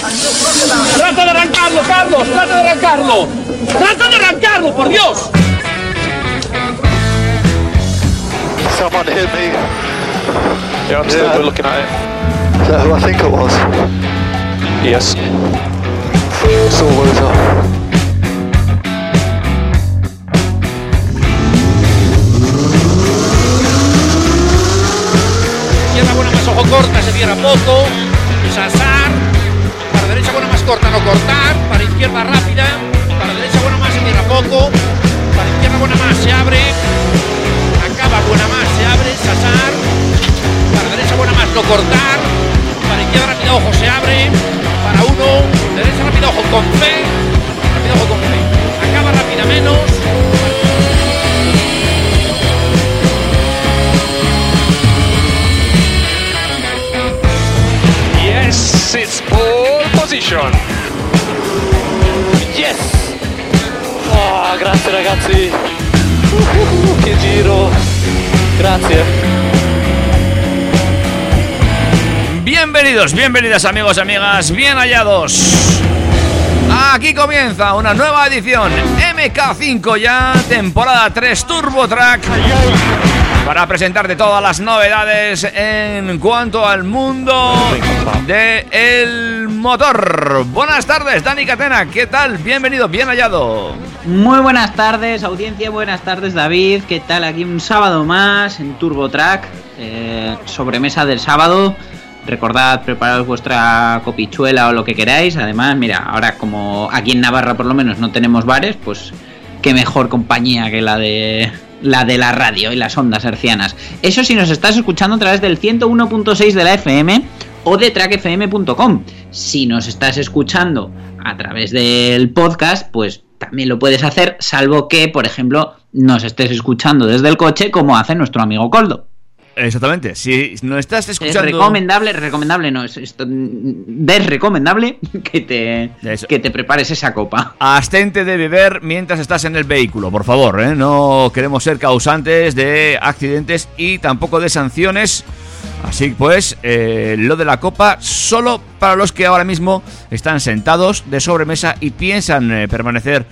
¡Trata de arrancarlo, Carlos! ¡Trata de arrancarlo! ¡Trata de arrancarlo, por Dios! Someone hit me. Yeah, I'm still looking at it. Is that who I think it was? Yes. Sore loser. Izquierda buena más ojo corta, se cierra poco. Sasar. Para derecha buena más corta, no cortar. Para izquierda rápida. Para derecha buena más, se cierra poco. Para izquierda buena más, se abre. Acaba buena más, se abre. Sasar. Para derecha buena más, no cortar. Para izquierda rápida, ojo, se abre. Para uno. Derecha rápida, ojo con fe. Rápida, ojo con fe. Acaba rápida menos. Yes, it's pole position. Yes! Oh, grazie ragazzi. Che giro. Grazie. Bienvenidos, bienvenidas amigos, amigas, bien hallados. Aquí comienza una nueva edición MK5 ya, temporada 3 Turbo Track, para presentarte todas las novedades en cuanto al mundo del motor. Buenas tardes, Dani Catena, ¿qué tal? Bienvenido, bien hallado. Muy buenas tardes, audiencia, buenas tardes, David. ¿Qué tal? Aquí un sábado más en Turbo Track, sobremesa del sábado. Recordad, preparaos vuestra copichuela o lo que queráis. Además, mira, ahora como aquí en Navarra por lo menos no tenemos bares, pues qué mejor compañía que la de la radio y las ondas hercianas. Eso si nos estás escuchando a través del 101.6 de la FM o de trackfm.com. Si nos estás escuchando a través del podcast, pues también lo puedes hacer, salvo que, por ejemplo, nos estés escuchando desde el coche, como hace nuestro amigo Coldo. Exactamente, si no estás escuchando... Es recomendable no, es desrecomendable que te prepares esa copa. Abstente de beber mientras estás en el vehículo, por favor, ¿eh? No queremos ser causantes de accidentes y tampoco de sanciones. Así pues, lo de la copa solo para los que ahora mismo están sentados de sobremesa y piensan permanecer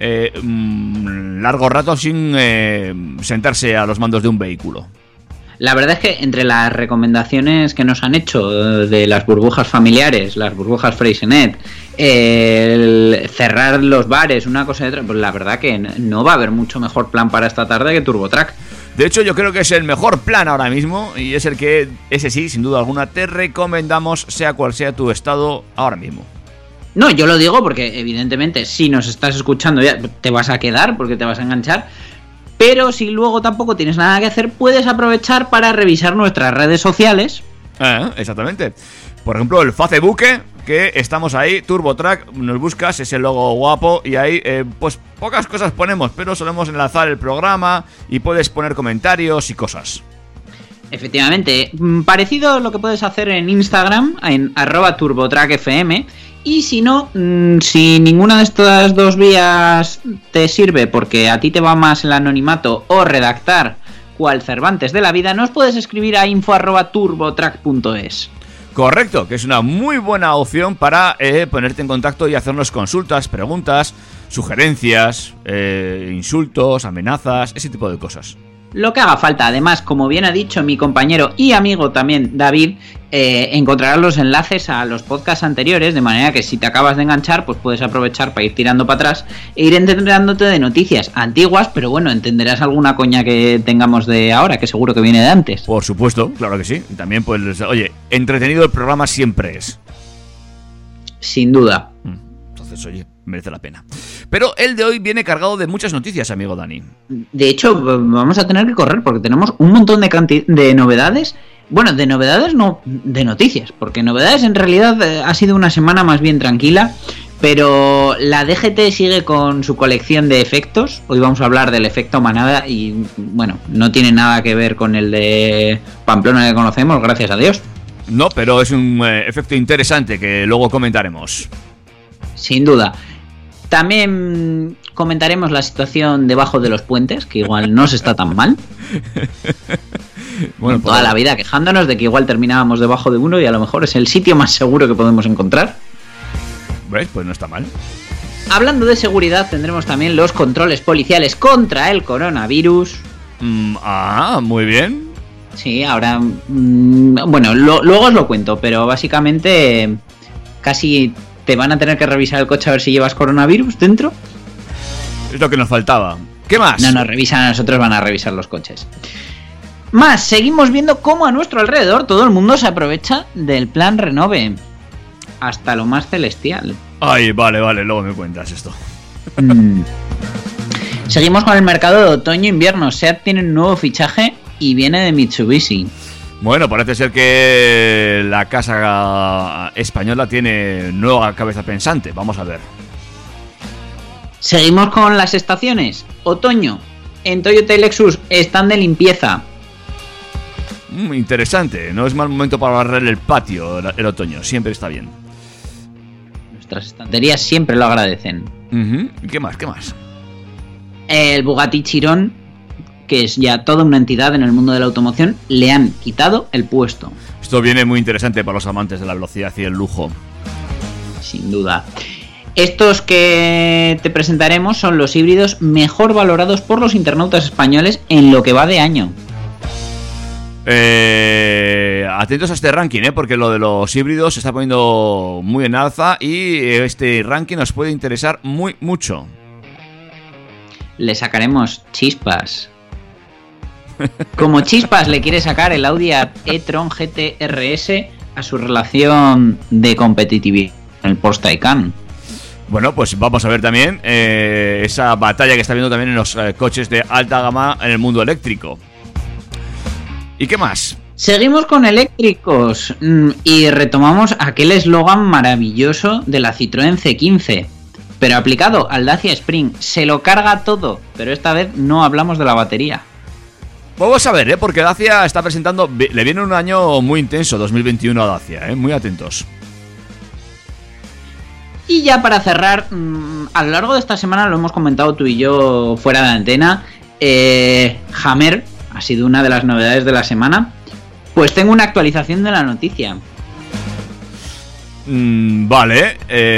largo rato sin sentarse a los mandos de un vehículo. La verdad es que entre las recomendaciones que nos han hecho de las burbujas familiares, las burbujas Freysenet, el cerrar los bares, una cosa y otra, pues la verdad que no va a haber mucho mejor plan para esta tarde que Turbo Track. De hecho, yo creo que es el mejor plan ahora mismo y es el que, ese sí, sin duda alguna, te recomendamos, sea cual sea tu estado ahora mismo. No, yo lo digo porque evidentemente si nos estás escuchando ya te vas a quedar porque te vas a enganchar. Pero si luego tampoco tienes nada que hacer, puedes aprovechar para revisar nuestras redes sociales. Exactamente. Por ejemplo, el Facebook, que estamos ahí, Turbo Track, nos buscas, ese logo guapo, y ahí pues pocas cosas ponemos, pero solemos enlazar el programa y puedes poner comentarios y cosas. Efectivamente, parecido a lo que puedes hacer en Instagram, en @turbotrackfm. Y si no, si ninguna de estas dos vías te sirve porque a ti te va más el anonimato o redactar cual Cervantes de la vida, nos puedes escribir a info@turbotrack.es. Correcto, que es una muy buena opción para ponerte en contacto y hacernos consultas, preguntas, sugerencias, insultos, amenazas, ese tipo de cosas. Lo que haga falta. Además, como bien ha dicho mi compañero y amigo también David, encontrarás los enlaces a los podcasts anteriores, de manera que si te acabas de enganchar, pues puedes aprovechar para ir tirando para atrás e ir enterándote de noticias antiguas, pero bueno, entenderás alguna coña que tengamos de ahora, que seguro que viene de antes. Por supuesto, claro que sí. Y también, pues, oye, entretenido el programa siempre es. Sin duda. Entonces, oye, merece la pena. Pero el de hoy viene cargado de muchas noticias, amigo Dani. De hecho, vamos a tener que correr porque tenemos un montón de novedades. Bueno, de novedades no, de noticias, porque novedades en realidad ha sido una semana más bien tranquila, pero la DGT sigue con su colección de efectos. Hoy vamos a hablar del efecto manada y, bueno, no tiene nada que ver con el de Pamplona que conocemos, gracias a Dios. No, pero es un efecto interesante que luego comentaremos. Sin duda. También comentaremos la situación debajo de los puentes, que igual no se está tan mal. Bueno, toda la vida quejándonos de que igual terminábamos debajo de uno y a lo mejor es el sitio más seguro que podemos encontrar. ¿Ves? Pues no está mal. Hablando de seguridad, tendremos también los controles policiales contra el coronavirus. Muy bien. Sí, ahora... bueno, luego os lo cuento, pero básicamente casi te van a tener que revisar el coche a ver si llevas coronavirus dentro. Es lo que nos faltaba. ¿Qué más? No nos revisan a nosotros, van a revisar los coches. Más, seguimos viendo cómo a nuestro alrededor todo el mundo se aprovecha del plan Renove. Hasta lo más celestial. Ay, vale, luego me cuentas esto. Seguimos con el mercado de otoño-invierno. SEAT tiene un nuevo fichaje y viene de Mitsubishi. Bueno, parece ser que la casa española tiene nueva cabeza pensante. Vamos a ver. Seguimos con las estaciones. Otoño. En Toyota y Lexus están de limpieza. Interesante. No es mal momento para barrer el patio el otoño. Siempre está bien. Nuestras estanterías siempre lo agradecen. ¿Y qué más? El Bugatti Chiron, que es ya toda una entidad en el mundo de la automoción, le han quitado el puesto. Esto viene muy interesante para los amantes de la velocidad y el lujo. Sin duda. Estos que te presentaremos son los híbridos mejor valorados por los internautas españoles en lo que va de año. Atentos a este ranking, porque lo de los híbridos se está poniendo muy en alza y este ranking nos puede interesar mucho. Le sacaremos chispas. Como chispas le quiere sacar el Audi e-tron GT RS a su relación de competitividad en el Porsche Taycan. Bueno, pues vamos a ver también esa batalla que está viendo también en los coches de alta gama en el mundo eléctrico. ¿Y qué más? Seguimos con eléctricos y retomamos aquel eslogan maravilloso de la Citroën C15, pero aplicado al Dacia Spring. Se lo carga todo, pero esta vez no hablamos de la batería. Vamos a ver, porque Dacia está presentando... Le viene un año muy intenso, 2021 a Dacia, muy atentos. Y ya para cerrar, a lo largo de esta semana lo hemos comentado tú y yo fuera de antena, Hammer ha sido una de las novedades de la semana. Pues tengo una actualización de la noticia. Vale,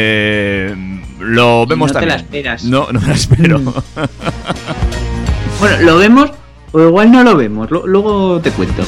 lo vemos no también. No te la esperas. No me la espero. Bueno, lo vemos o igual no lo vemos, luego te cuento.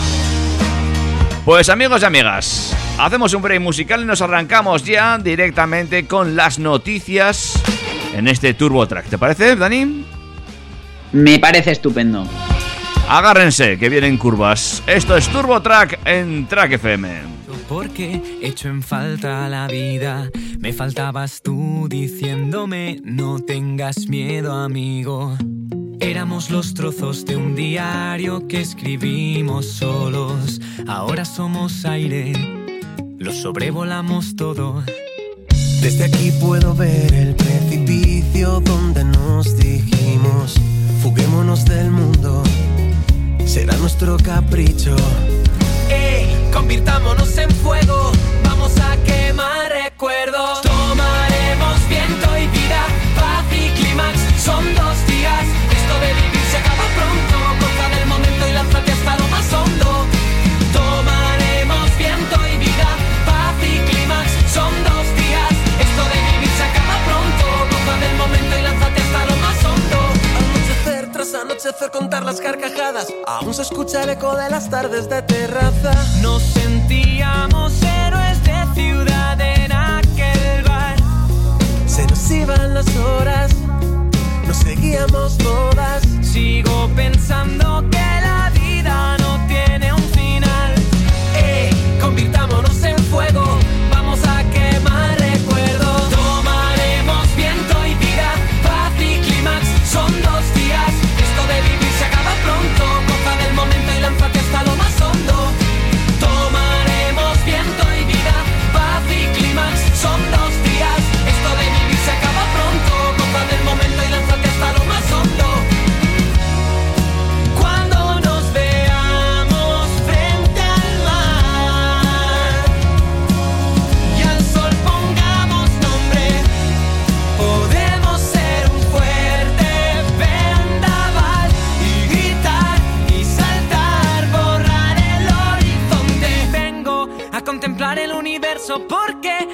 Pues amigos y amigas, hacemos un break musical y nos arrancamos ya directamente con las noticias en este Turbo Track. ¿Te parece, Dani? Me parece estupendo. Agárrense, que vienen curvas. Esto es Turbo Track en Track FM. Porque echo en falta la vida. Me faltabas tú diciéndome no tengas miedo, amigo. Éramos los trozos de un diario que escribimos solos. Ahora somos aire, lo sobrevolamos todo. Desde aquí puedo ver el precipicio donde nos dijimos fuguémonos del mundo, será nuestro capricho. ¡Ey! Convirtámonos en fuego, vamos a quemar recuerdos. Tomaremos viento y vida, paz y clímax, son 2 días. Esto de vivir se acaba pronto, goza del momento y lánzate hasta lo más hondo. Tomaremos viento y vida, paz y clímax, son 2 días. Esto de vivir se acaba pronto, goza del momento y lánzate hasta lo más hondo. Anochecer tras anochecer, contar las carcajadas, aún se escucha el eco de las tardes de terraza. Nos sentíamos héroes de ciudad en aquel bar. Se nos iban las horas, nos seguíamos todas. Sigo pensando que la vida no tiene un final. Convirtámonos en fuego, vamos a quemar recuerdos. Tomaremos viento y vida, paz y clímax, son 2 días. Esto de vivir se acaba pronto, goza del momento y lánzate hasta lo más hondo. Tomaremos viento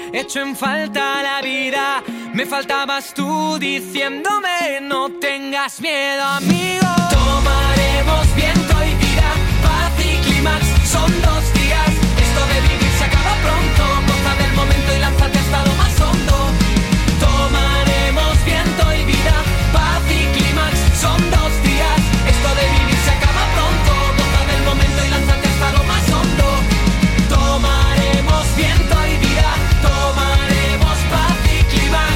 Echo en falta la vida, me faltabas tú diciéndome no tengas miedo, amigo. Tomaremos viento y vida, paz y clímax, son 2 días. Esto de vivir se acaba pronto, goza del momento y lánzate hasta lo más hondo. Tomaremos viento y vida, paz y clímax, son 2 días. Esto de vivir se acaba pronto, goza del momento y lánzate hasta lo más hondo. Tomaremos viento y vida, tomaremos paz y clímax.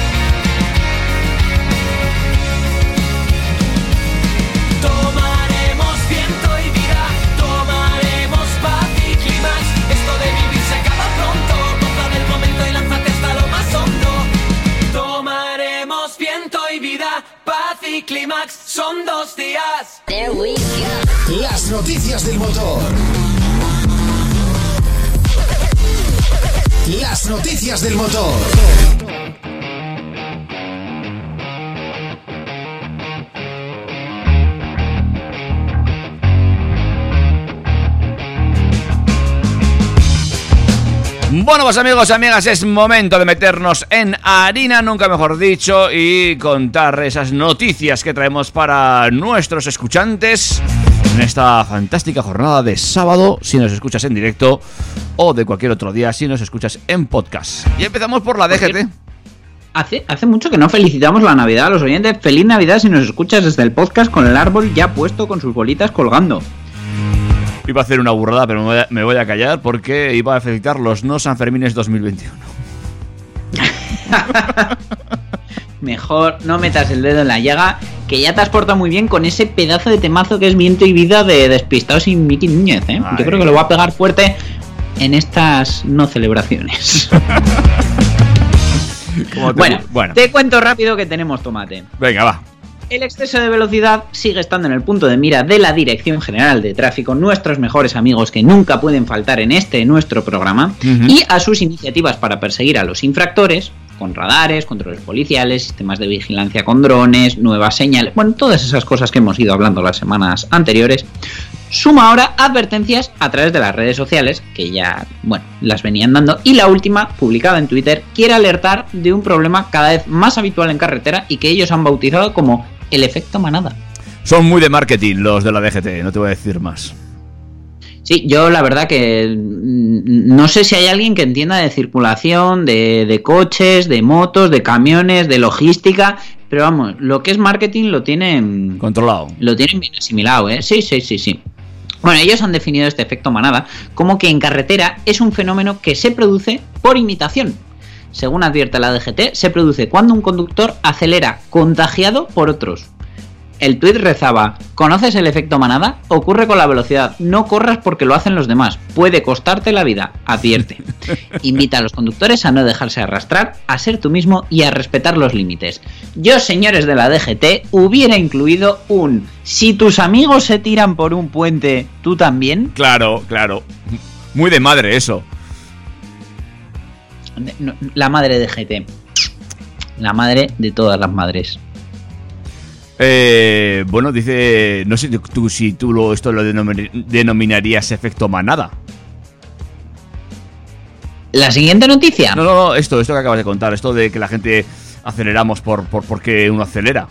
Tomaremos viento y vida, tomaremos paz y clímax. Esto de vivir se acaba pronto, goza del momento y lánzate hasta lo más hondo. Tomaremos viento y vida, paz y clímax, son 2 días. Las noticias del motor. Las noticias del motor. Bueno, pues amigos y amigas, es momento de meternos en harina, nunca mejor dicho, y contar esas noticias que traemos para nuestros escuchantes en esta fantástica jornada de sábado, si nos escuchas en directo, o de cualquier otro día si nos escuchas en podcast. Y empezamos por la DGT. Hace mucho que no felicitamos la Navidad a los oyentes. Feliz Navidad si nos escuchas desde el podcast con el árbol ya puesto con sus bolitas colgando. Iba a hacer una burrada, pero me voy a callar porque iba a felicitar los no Sanfermines 2021. Mejor no metas el dedo en la llaga, que ya te has portado muy bien con ese pedazo de temazo que es Viento y Vida de Despistados y Miki Núñez, ¿eh? Yo creo que lo va a pegar fuerte en estas no celebraciones. Bueno, te cuento rápido que tenemos tomate. Venga, va. El exceso de velocidad sigue estando en el punto de mira de la Dirección General de Tráfico, nuestros mejores amigos que nunca pueden faltar en nuestro programa, y a sus iniciativas para perseguir a los infractores, con radares, controles policiales, sistemas de vigilancia con drones, nuevas señales, bueno, todas esas cosas que hemos ido hablando las semanas anteriores. Suma ahora advertencias a través de las redes sociales, que ya, bueno, las venían dando, y la última, publicada en Twitter, quiere alertar de un problema cada vez más habitual en carretera y que ellos han bautizado como el efecto manada. Son muy de marketing los de la DGT, no te voy a decir más. Sí, yo la verdad que no sé si hay alguien que entienda de circulación, de coches, de motos, de camiones, de logística, pero vamos, lo que es marketing lo tienen controlado. Lo tienen bien asimilado, ¿eh? Sí. Bueno, ellos han definido este efecto manada como que en carretera es un fenómeno que se produce por imitación. Según advierte la DGT, se produce cuando un conductor acelera contagiado por otros. El tuit rezaba: ¿conoces el efecto manada? Ocurre con la velocidad, no corras porque lo hacen los demás, puede costarte la vida, advierte. Invita a los conductores a no dejarse arrastrar, a ser tú mismo y a respetar los límites. Yo, señores de la DGT, hubiera incluido un: si tus amigos se tiran por un puente, ¿tú también? Claro. Muy de madre eso. La madre de GT. La madre de todas las madres. Bueno, dice... No sé tú si tú esto lo denominarías efecto manada. ¿La siguiente noticia? No, esto que acabas de contar. Esto de que la gente aceleramos porque uno acelera.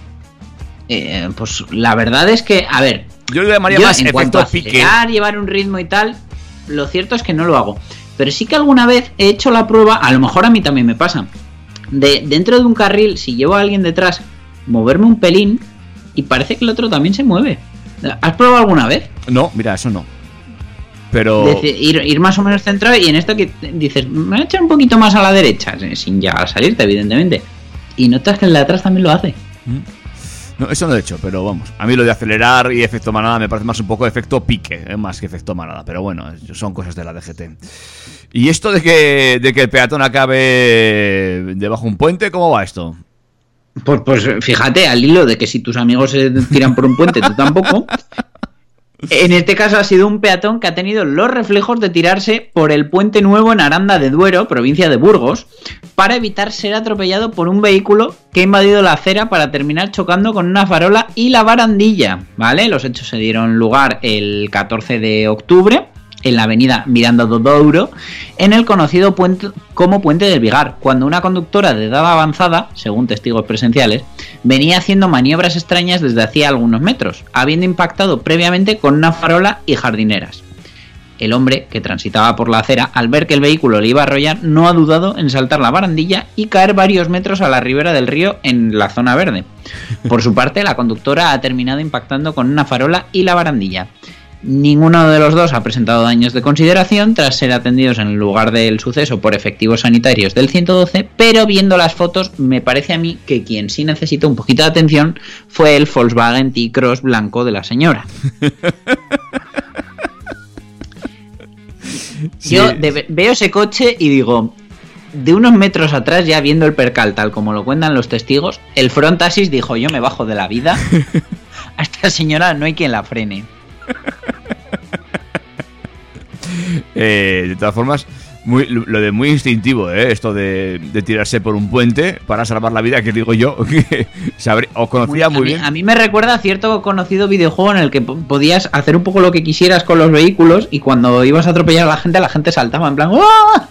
Pues la verdad es que, a ver... Yo lo llamaría más en efecto pique. Acelerar, llevar un ritmo y tal, lo cierto es que no lo hago. Pero sí que alguna vez he hecho la prueba, a lo mejor a mí también me pasa, de dentro de un carril, si llevo a alguien detrás, moverme un pelín y parece que el otro también se mueve. ¿Has probado alguna vez? No, mira, eso no. Pero... Ir más o menos centrado, y en esto que dices, me voy a echar un poquito más a la derecha, sin llegar a salirte, evidentemente. Y notas que el de atrás también lo hace. No, eso no lo he hecho, pero vamos. A mí lo de acelerar y efecto manada me parece más un poco efecto pique, más que efecto manada. Pero bueno, son cosas de la DGT. ¿Y esto de que el peatón acabe debajo de un puente, cómo va esto? Pues fíjate, al hilo de que si tus amigos se tiran por un puente, tú tampoco. En este caso ha sido un peatón que ha tenido los reflejos de tirarse por el puente nuevo en Aranda de Duero, provincia de Burgos, para evitar ser atropellado por un vehículo que ha invadido la acera para terminar chocando con una farola y la barandilla, ¿vale? Los hechos se dieron lugar el 14 de octubre en la avenida Miranda do Douro, en el conocido puente como Puente del Vigar, cuando una conductora de edad avanzada, según testigos presenciales, venía haciendo maniobras extrañas desde hacía algunos metros, habiendo impactado previamente con una farola y jardineras. El hombre, que transitaba por la acera, al ver que el vehículo le iba a arrollar, no ha dudado en saltar la barandilla y caer varios metros a la ribera del río en la zona verde. Por su parte, la conductora ha terminado impactando con una farola y la barandilla. Ninguno de los dos ha presentado daños de consideración tras ser atendidos en el lugar del suceso por efectivos sanitarios del 112, pero viendo las fotos me parece a mí que quien sí necesita un poquito de atención fue el Volkswagen T-Cross blanco de la señora. Sí. Yo veo ese coche y digo, de unos metros atrás, ya viendo el percal tal como lo cuentan los testigos, el frontasis dijo, yo me bajo de la vida, a esta señora no hay quien la frene. De todas formas, lo de muy instintivo, esto de tirarse por un puente para salvar la vida, que digo yo, que os conocía muy bien. A mí me recuerda a cierto conocido videojuego en el que podías hacer un poco lo que quisieras con los vehículos y cuando ibas a atropellar a la gente saltaba en plan ¡ah!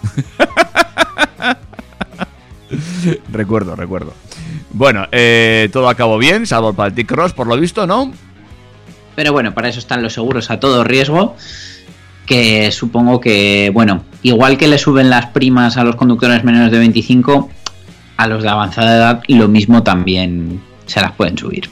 Recuerdo. Bueno, todo acabó bien, salvo para el T-Cross, por lo visto, ¿no? Pero bueno, para eso están los seguros a todo riesgo, que supongo que, bueno, igual que le suben las primas a los conductores menores de 25, a los de avanzada edad lo mismo también se las pueden subir.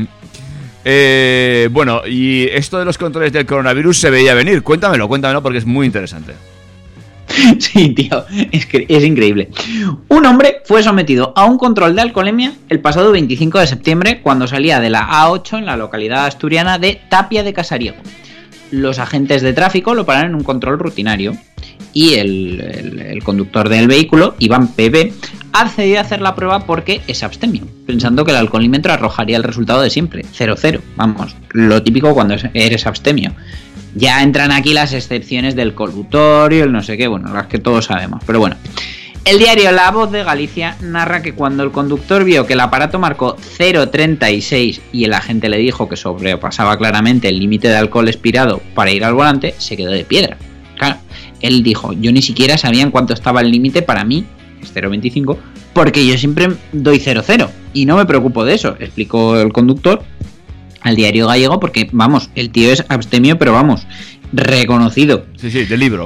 Bueno, y esto de los controles del coronavirus se veía venir. Cuéntamelo porque es muy interesante. Sí, tío, es increíble. Un hombre fue sometido a un control de alcoholemia el pasado 25 de septiembre cuando salía de la A8 en la localidad asturiana de Tapia de Casariego. Los agentes de tráfico lo pararon en un control rutinario y el conductor del vehículo, Iván PB, accedió a hacer la prueba porque es abstemio, pensando que el alcoholímetro arrojaría el resultado de siempre, 0-0. Vamos, lo típico cuando eres abstemio. Ya entran aquí las excepciones del colutorio, el no sé qué, bueno, las que todos sabemos, pero bueno. El diario La Voz de Galicia narra que cuando el conductor vio que el aparato marcó 0,36 y el agente le dijo que sobrepasaba claramente el límite de alcohol expirado para ir al volante, se quedó de piedra. Claro, él dijo, yo ni siquiera sabía en cuánto estaba el límite para mí, es 0,25, porque yo siempre doy 0,0 y no me preocupo de eso, explicó el conductor al diario gallego, porque, vamos, el tío es abstemio, pero vamos, reconocido. Sí, del libro.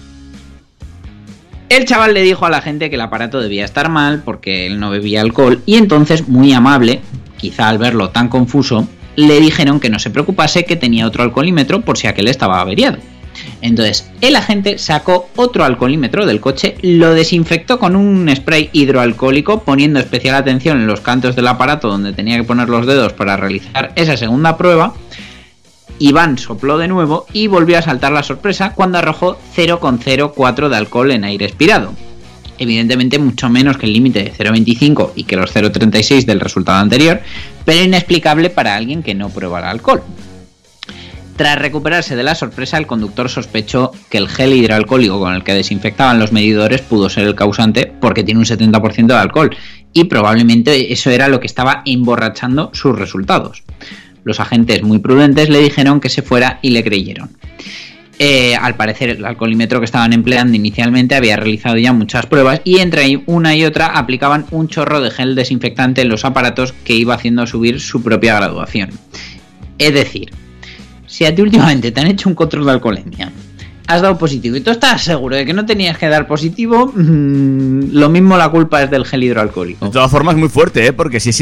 El chaval le dijo a la gente que el aparato debía estar mal porque él no bebía alcohol y entonces, muy amable, quizá al verlo tan confuso, le dijeron que no se preocupase, que tenía otro alcoholímetro por si aquel estaba averiado. Entonces, el agente sacó otro alcoholímetro del coche, lo desinfectó con un spray hidroalcohólico, poniendo especial atención en los cantos del aparato donde tenía que poner los dedos para realizar esa segunda prueba. Iván sopló de nuevo y volvió a saltar la sorpresa cuando arrojó 0,04 de alcohol en aire expirado. Evidentemente mucho menos que el límite de 0,25 y que los 0,36 del resultado anterior, pero inexplicable para alguien que no probara alcohol. Tras recuperarse de la sorpresa, el conductor sospechó que el gel hidroalcohólico con el que desinfectaban los medidores pudo ser el causante porque tiene un 70% de alcohol y probablemente eso era lo que estaba emborrachando sus resultados. Los agentes muy prudentes le dijeron que se fuera y le creyeron. Al parecer el alcoholímetro que estaban empleando inicialmente había realizado ya muchas pruebas y entre una y otra aplicaban un chorro de gel desinfectante en los aparatos que iba haciendo subir su propia graduación. Es decir, si a ti últimamente te han hecho un control de alcoholemia, has dado positivo y tú estás seguro de que no tenías que dar positivo, lo mismo la culpa es del gel hidroalcohólico. De todas formas muy fuerte, porque si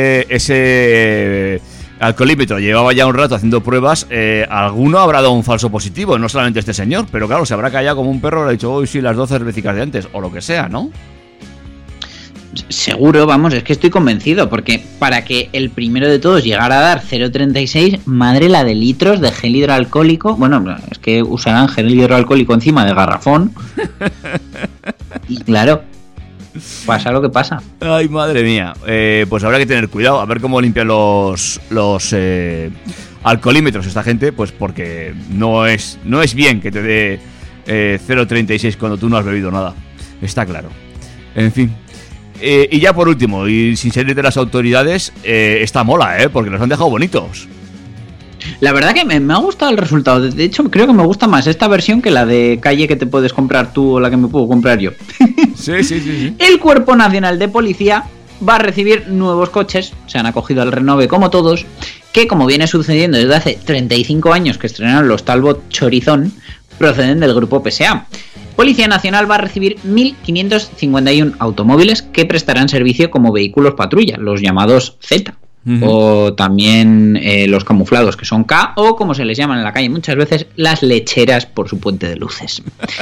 ese alcoholímetro llevaba ya un rato haciendo pruebas, alguno habrá dado un falso positivo, no solamente este señor, pero claro, se habrá callado como un perro y le ha dicho, hoy sí, las 12 cervezas de antes, o lo que sea, ¿no? Seguro, vamos, es que estoy convencido, porque para que el primero de todos llegara a dar 0,36, madre la de litros de gel hidroalcohólico, bueno, es que usarán gel hidroalcohólico encima de garrafón, y claro, pasa lo que pasa. Ay, madre mía, pues habrá que tener cuidado, a ver cómo limpian los alcoholímetros esta gente, pues porque no es bien que te dé 0,36 cuando tú no has bebido nada, está claro. En fin. Y ya por último, y sin salir de las autoridades, esta mola, porque los han dejado bonitos. La verdad que me ha gustado el resultado. De hecho, creo que me gusta más esta versión que la de calle que te puedes comprar tú o la que me puedo comprar yo. Sí. El Cuerpo Nacional de Policía va a recibir nuevos coches, se han acogido al renove como todos, que como viene sucediendo desde hace 35 años que estrenaron los Talbot Chorizón, proceden del grupo PSA. Policía Nacional va a recibir 1.551 automóviles que prestarán servicio como vehículos patrulla, los llamados Z. O también los camuflados, que son K, o como se les llaman en la calle muchas veces, las lecheras por su puente de luces.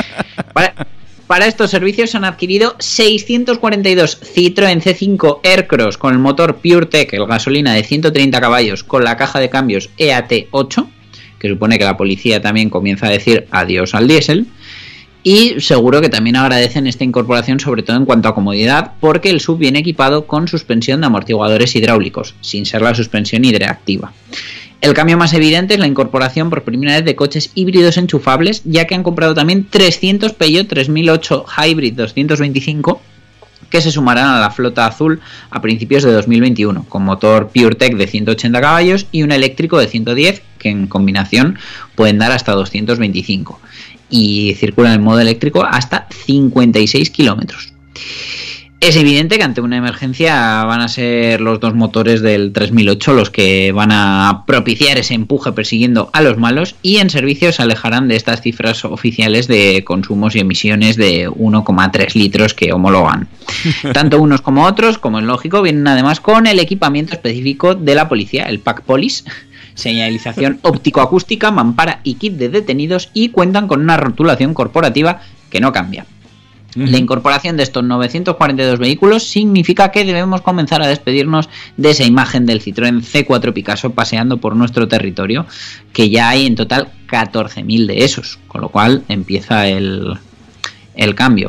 Para estos servicios se han adquirido 642 Citroën C5 Aircross con el motor PureTech, el gasolina de 130 caballos con la caja de cambios EAT8, que supone que la policía también comienza a decir adiós al diésel. Y seguro que también agradecen esta incorporación, sobre todo en cuanto a comodidad, porque el SUV viene equipado con suspensión de amortiguadores hidráulicos, sin ser la suspensión hidroactiva. El cambio más evidente es la incorporación por primera vez de coches híbridos enchufables, ya que han comprado también 300 Peugeot 3008 Hybrid 225, que se sumarán a la flota azul a principios de 2021, con motor PureTech de 180 caballos y un eléctrico de 110, que en combinación pueden dar hasta 225. Y circulan en modo eléctrico hasta 56 kilómetros. Es evidente que ante una emergencia van a ser los dos motores del 3008 los que van a propiciar ese empuje persiguiendo a los malos, y en servicio se alejarán de estas cifras oficiales de consumos y emisiones de 1,3 litros que homologan. Tanto unos como otros, como es lógico, vienen además con el equipamiento específico de la policía, el Pack Police, señalización óptico-acústica, mampara y kit de detenidos, y cuentan con una rotulación corporativa que no cambia. La incorporación de estos 942 vehículos significa que debemos comenzar a despedirnos de esa imagen del Citroën C4 Picasso paseando por nuestro territorio, que ya hay en total 14.000 de esos, con lo cual empieza el cambio.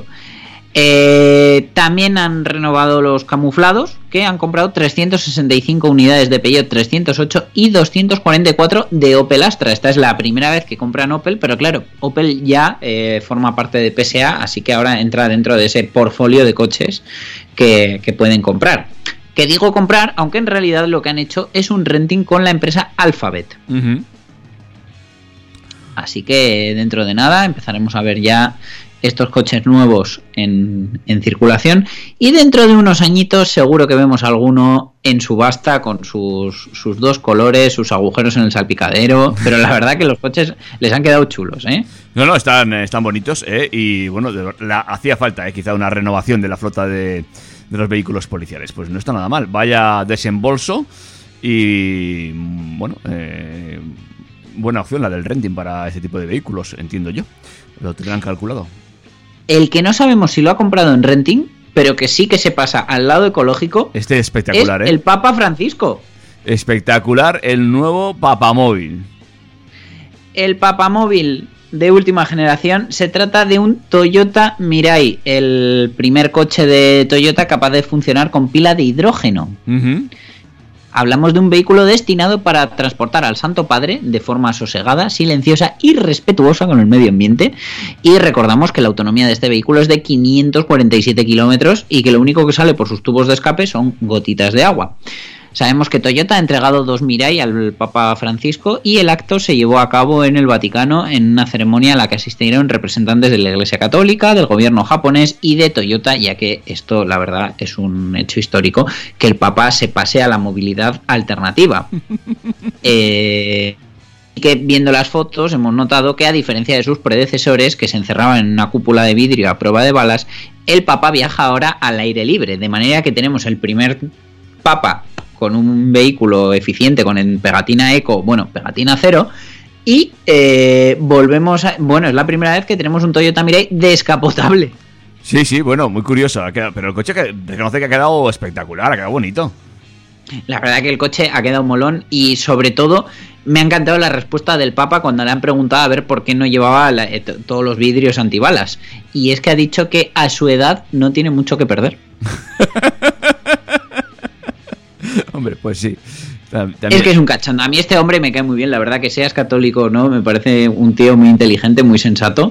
También han renovado los camuflados, que han comprado 365 unidades de Peugeot 308 y 244 de Opel Astra. Esta es la primera vez que compran Opel, pero claro, Opel ya forma parte de PSA, así que ahora entra dentro de ese portfolio de coches que pueden comprar. Que digo comprar, aunque en realidad lo que han hecho es un renting con la empresa Alphabet. Así que dentro de nada empezaremos a ver ya estos coches nuevos en circulación, y dentro de unos añitos seguro que vemos alguno en subasta con sus dos colores, sus agujeros en el salpicadero, pero la verdad que los coches les han quedado chulos, ¿eh? No, están bonitos, y bueno, hacía falta quizá una renovación de la flota de los vehículos policiales. Pues no está nada mal, vaya desembolso, y bueno, buena opción la del renting para ese tipo de vehículos, entiendo yo. Lo tendrán calculado. El que no sabemos si lo ha comprado en renting, pero que sí que se pasa al lado ecológico, es espectacular, el Papa Francisco. Espectacular el nuevo Papamóvil. El Papamóvil de última generación se trata de un Toyota Mirai, el primer coche de Toyota capaz de funcionar con pila de hidrógeno. Hablamos de un vehículo destinado para transportar al Santo Padre de forma sosegada, silenciosa y respetuosa con el medio ambiente. Y recordamos que la autonomía de este vehículo es de 547 kilómetros y que lo único que sale por sus tubos de escape son gotitas de agua. Sabemos que Toyota ha entregado 2 Mirai al Papa Francisco, y el acto se llevó a cabo en el Vaticano en una ceremonia a la que asistieron representantes de la Iglesia Católica, del gobierno japonés y de Toyota, ya que esto, la verdad, es un hecho histórico, que el Papa se pase a la movilidad alternativa. Que viendo las fotos hemos notado que, a diferencia de sus predecesores que se encerraban en una cúpula de vidrio a prueba de balas, el Papa viaja ahora al aire libre, de manera que tenemos el primer Papa con un vehículo eficiente, con pegatina eco, bueno, pegatina cero, y volvemos a... Bueno, es la primera vez que tenemos un Toyota Mirai descapotable. Sí, bueno, muy curioso, pero el coche reconoce que ha quedado espectacular, ha quedado bonito. La verdad que el coche ha quedado molón, y sobre todo me ha encantado la respuesta del Papa cuando le han preguntado a ver por qué no llevaba todos los vidrios antibalas, y es que ha dicho que a su edad no tiene mucho que perder. Hombre, pues sí. También. Es que es un cachondo. A mí este hombre me cae muy bien, la verdad, que seas católico o no, me parece un tío muy inteligente, muy sensato.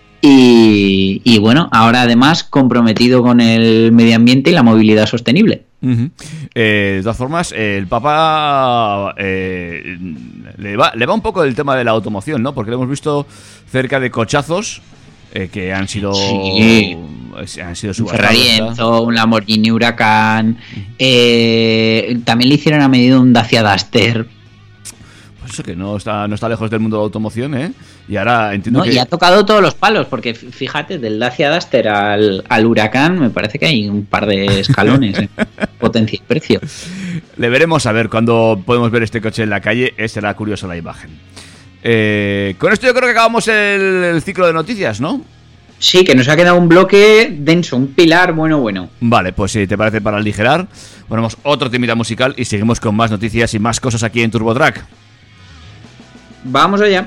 Y bueno, ahora además comprometido con el medio ambiente y la movilidad sostenible. De todas formas, el Papa le va un poco el tema de la automoción, ¿no? Porque lo hemos visto cerca de cochazos que han sido subastados. Un Ferrari Enzo, un Lamborghini Huracán. También le hicieron a medida un Dacia Duster. Pues eso que no está lejos del mundo de la automoción, ¿eh? Y ahora entiendo que... Y ha tocado todos los palos, porque fíjate, del Dacia Duster al Huracán me parece que hay un par de escalones, potencia y precio. Le veremos a ver cuando podemos ver este coche en la calle. Será curiosa la imagen. Con esto yo creo que acabamos el ciclo de noticias, ¿no? Sí, que nos ha quedado un bloque denso, un pilar bueno. Vale, pues si te parece, para aligerar, ponemos otro temita musical y seguimos con más noticias y más cosas aquí en TurboTrack. Vamos allá.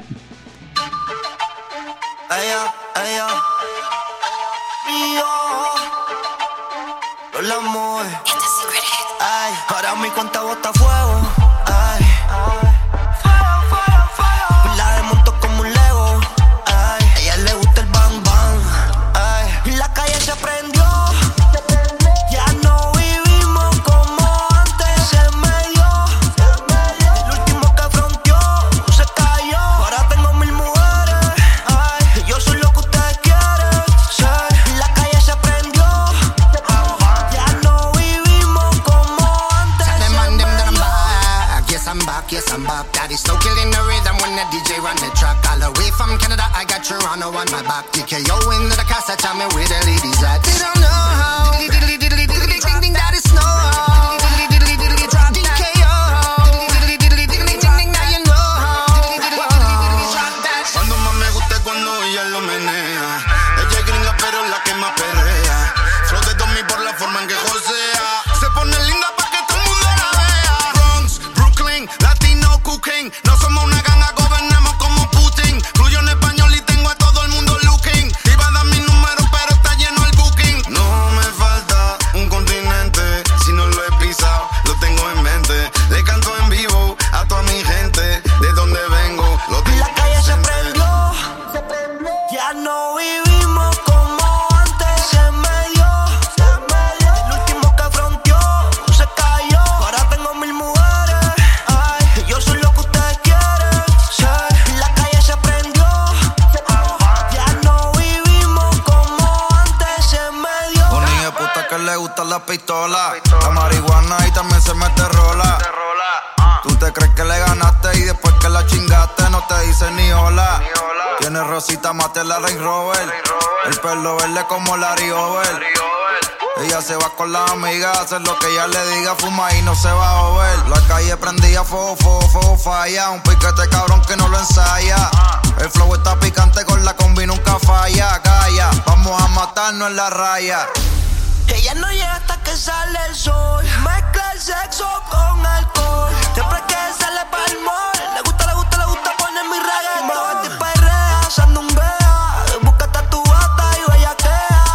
Ahora mi cuenta bota fuego. La desmonto como un Lego. A ella le gusta el bang bang. La calle se prendió. Ya no vivimos como antes. Se me dio. El último que fronteó se cayó. Ahora tengo 1000 mujeres. Yo soy lo que ustedes quieren. La calle se prendió. Ya no vivimos como antes. Yes, I'm back. Daddy's still killing the rhythm when the DJ run the track. All the way from Canada, I got Toronto on my back. TKO into the cassette, tell me where the ladies at. They don't know how. Think that it's snow. TKO. Now you know how. Cuando más me gusta cuando ella lo menea. Ella es gringa pero la que más perrea. Flow de 2000 por la forma en que josea. Se pone linda pa' que todo el mundo la vea. Bronx, Brooklyn, Latino, Cooking. No somos una ganga, gobernamos como Putin. Fluyo en español y tengo a todo el mundo looking. Iba a dar mi número pero está lleno el booking. No me falta un continente. Si no lo he pisado, lo tengo en mente. Le canto en vivo a toda mi gente. De donde vengo, la calle se prendió. Ya no vivimos como antes. Se me dio. El último que fronteó se cayó. Ahora tengo 1000 mujeres. Yo soy lo que ustedes quieren. La calle se prendió. Ya no vivimos como antes. Se me dio. Un niño puta que le gusta la pistola. La marihuana y también se mete rola. Tú te crees que le ganaste y después que la chingaste no te dice ni hola. Tiene rosita, mate la Range Rover. El pelo verde como Larry Over. Ella se va con la amiga, hacer lo que ella le diga, fuma y no se va a ver. La calle prendía fuego, falla. Un piquete cabrón que no lo ensaya. El flow está picante, con la combi nunca falla. Calla, vamos a matarnos en la raya. Ella no llega hasta que sale el sol. Mezcla el sexo con alcohol. Siempre que sale pa'l mall. Le gusta poner mi reggaetón. Te perrea, sandunguea. Busca tatuata y bellaquea.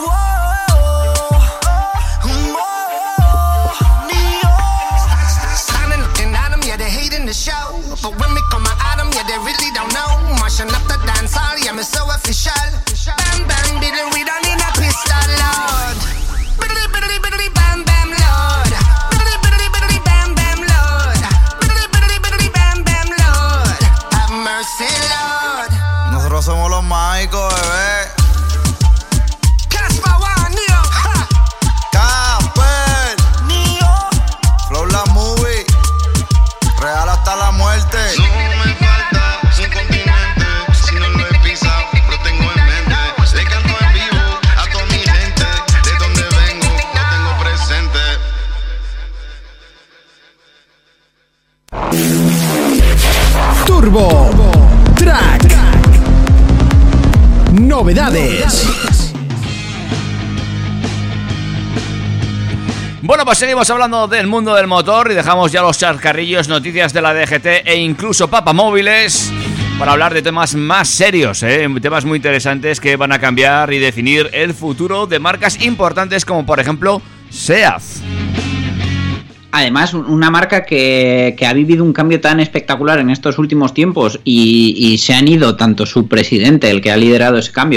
Standing looking at them, yeah, they hating the show. But when me come at them, yeah, they really don't know. Mashing up the dance hall, yeah, me so official. Bam, bam, biddle, we don't need a pistol, Lord. Biddly, biddly, biddly, bam, bam, Lord. Biddly, biddly, biddly, bam, bam, Lord. Biddly, biddly, biddly, bam, bam, Lord. Have mercy, Lord. Nosotros somos los mágicos, bebé. Casper One, Neo. Casper. Neo. Flow la movie. Real hasta la muerte. No me falta un continente. Si no lo he pisado, lo tengo en mente. Le canto en vivo a toda mi gente. De donde vengo, lo tengo presente. Turbo Track. Novedades. Bueno, pues seguimos hablando del mundo del motor y dejamos ya los chascarrillos, noticias de la DGT e incluso papamóviles para hablar de temas más serios, temas muy interesantes que van a cambiar y definir el futuro de marcas importantes como por ejemplo SEAT. Además, una marca que ha vivido un cambio tan espectacular en estos últimos tiempos y se han ido tanto su presidente, el que ha liderado ese cambio,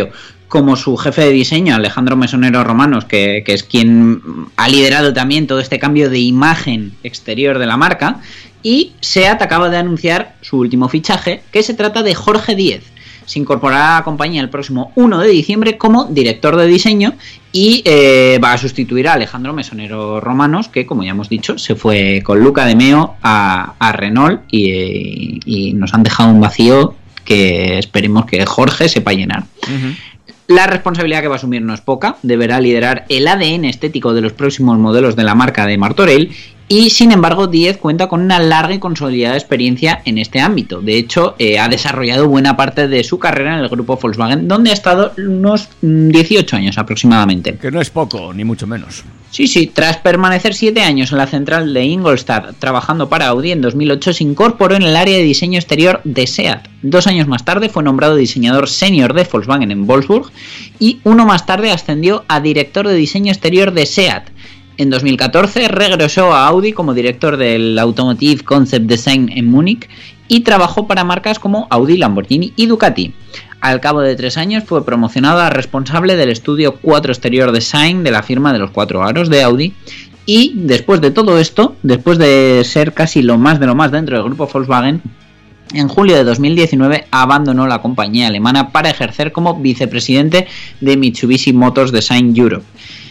como su jefe de diseño, Alejandro Mesonero Romanos, que es quien ha liderado también todo este cambio de imagen exterior de la marca. Y SEAT acaba de anunciar su último fichaje, que se trata de Jorge Díez. Se incorporará a la compañía el próximo 1 de diciembre como director de diseño y va a sustituir a Alejandro Mesonero Romanos, que, como ya hemos dicho, se fue con Luca de Meo a Renault y nos han dejado un vacío que esperemos que Jorge sepa llenar. Uh-huh. La responsabilidad que va a asumir no es poca, deberá liderar el ADN estético de los próximos modelos de la marca de Martorell y, sin embargo, Díez cuenta con una larga y consolidada experiencia en este ámbito. De hecho, ha desarrollado buena parte de su carrera en el grupo Volkswagen, donde ha estado unos 18 años aproximadamente. Que no es poco, ni mucho menos. Sí, tras permanecer 7 años en la central de Ingolstadt trabajando para Audi, en 2008 se incorporó en el área de diseño exterior de SEAT. 2 años más tarde fue nombrado diseñador senior de Volkswagen en Wolfsburg y 1 más tarde ascendió a director de diseño exterior de SEAT. En 2014 regresó a Audi como director del Automotive Concept Design en Múnich y trabajó para marcas como Audi, Lamborghini y Ducati. Al cabo de 3 años fue promocionado a responsable del estudio 4 Exterior Design de la firma de los 4 aros de Audi. Y después de todo esto, después de ser casi lo más de lo más dentro del grupo Volkswagen, en julio de 2019 abandonó la compañía alemana para ejercer como vicepresidente de Mitsubishi Motors Design Europe.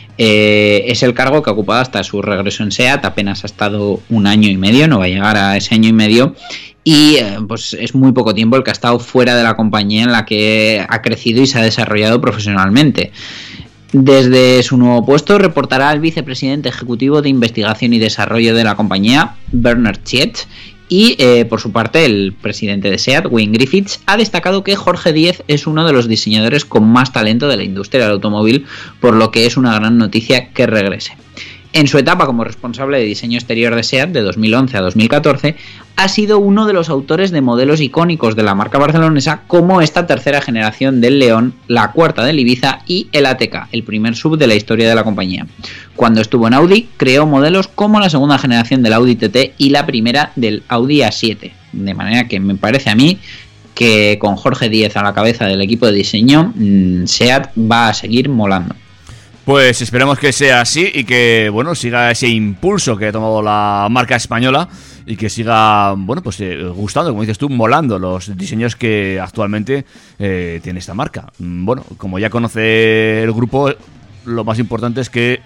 Es el cargo que ha ocupado hasta su regreso en SEAT, apenas ha estado 1 año y medio, no va a llegar a ese año y medio, y pues es muy poco tiempo el que ha estado fuera de la compañía en la que ha crecido y se ha desarrollado profesionalmente. Desde su nuevo puesto reportará al vicepresidente ejecutivo de investigación y desarrollo de la compañía, Bernard Chietz, y por su parte el presidente de SEAT, Wayne Griffiths, ha destacado que Jorge Díez es uno de los diseñadores con más talento de la industria del automóvil, por lo que es una gran noticia que regrese. En su etapa como responsable de diseño exterior de SEAT de 2011 a 2014, ha sido uno de los autores de modelos icónicos de la marca barcelonesa como esta tercera generación del León, la cuarta del Ibiza y el ATK, el primer SUV de la historia de la compañía. Cuando estuvo en Audi, creó modelos como la segunda generación del Audi TT y la primera del Audi A7. De manera que me parece a mí que con Jorge Díez a la cabeza del equipo de diseño, SEAT va a seguir molando. Pues esperamos que sea así y que, bueno, siga ese impulso que ha tomado la marca española y que siga, bueno, pues gustando, como dices tú, molando los diseños que actualmente tiene esta marca. Bueno, como ya conoce el grupo, lo más importante es que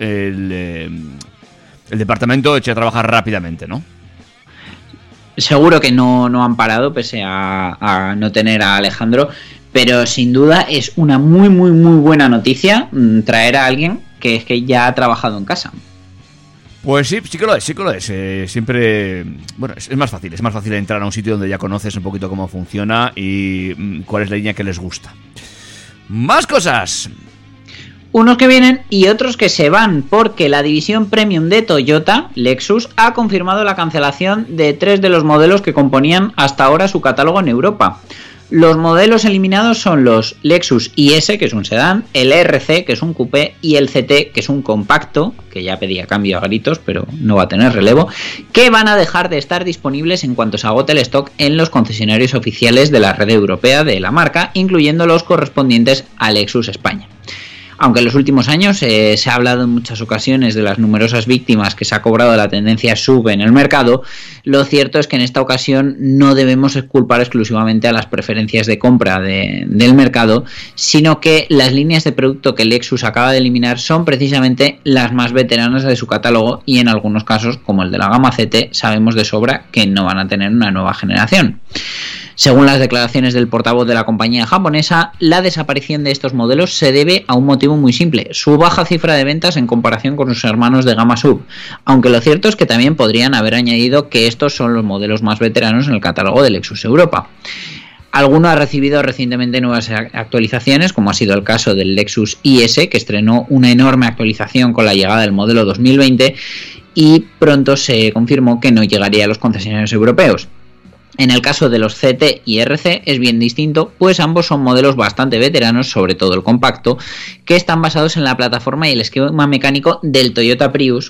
el departamento eche a trabajar rápidamente, ¿no? Seguro que no han parado, pese a no tener a Alejandro. Pero sin duda es una muy buena noticia traer a alguien que es que ya ha trabajado en casa. Pues sí que lo es. Siempre, bueno, es más fácil entrar a un sitio donde ya conoces un poquito cómo funciona y cuál es la línea que les gusta. Más cosas. Unos que vienen y otros que se van, porque la división premium de Toyota, Lexus, ha confirmado la cancelación de 3 de los modelos que componían hasta ahora su catálogo en Europa. Los modelos eliminados son los Lexus IS, que es un sedán, el RC, que es un coupé, y el CT, que es un compacto, que ya pedía cambio a gritos, pero no va a tener relevo, que van a dejar de estar disponibles en cuanto se agote el stock en los concesionarios oficiales de la red europea de la marca, incluyendo los correspondientes a Lexus España. Aunque en los últimos años se ha hablado en muchas ocasiones de las numerosas víctimas que se ha cobrado la tendencia SUV en el mercado, lo cierto es que en esta ocasión no debemos culpar exclusivamente a las preferencias de compra del mercado, sino que las líneas de producto que Lexus acaba de eliminar son precisamente las más veteranas de su catálogo y en algunos casos, como el de la gama CT, sabemos de sobra que no van a tener una nueva generación. Según las declaraciones del portavoz de la compañía japonesa, la desaparición de estos modelos se debe a un motivo muy simple: su baja cifra de ventas en comparación con sus hermanos de gama SUV, aunque lo cierto es que también podrían haber añadido que estos son los modelos más veteranos en el catálogo de Lexus Europa. Alguno ha recibido recientemente nuevas actualizaciones, como ha sido el caso del Lexus IS, que estrenó una enorme actualización con la llegada del modelo 2020 y pronto se confirmó que no llegaría a los concesionarios europeos. En el caso de los CT y RC es bien distinto, pues ambos son modelos bastante veteranos, sobre todo el compacto, que están basados en la plataforma y el esquema mecánico del Toyota Prius,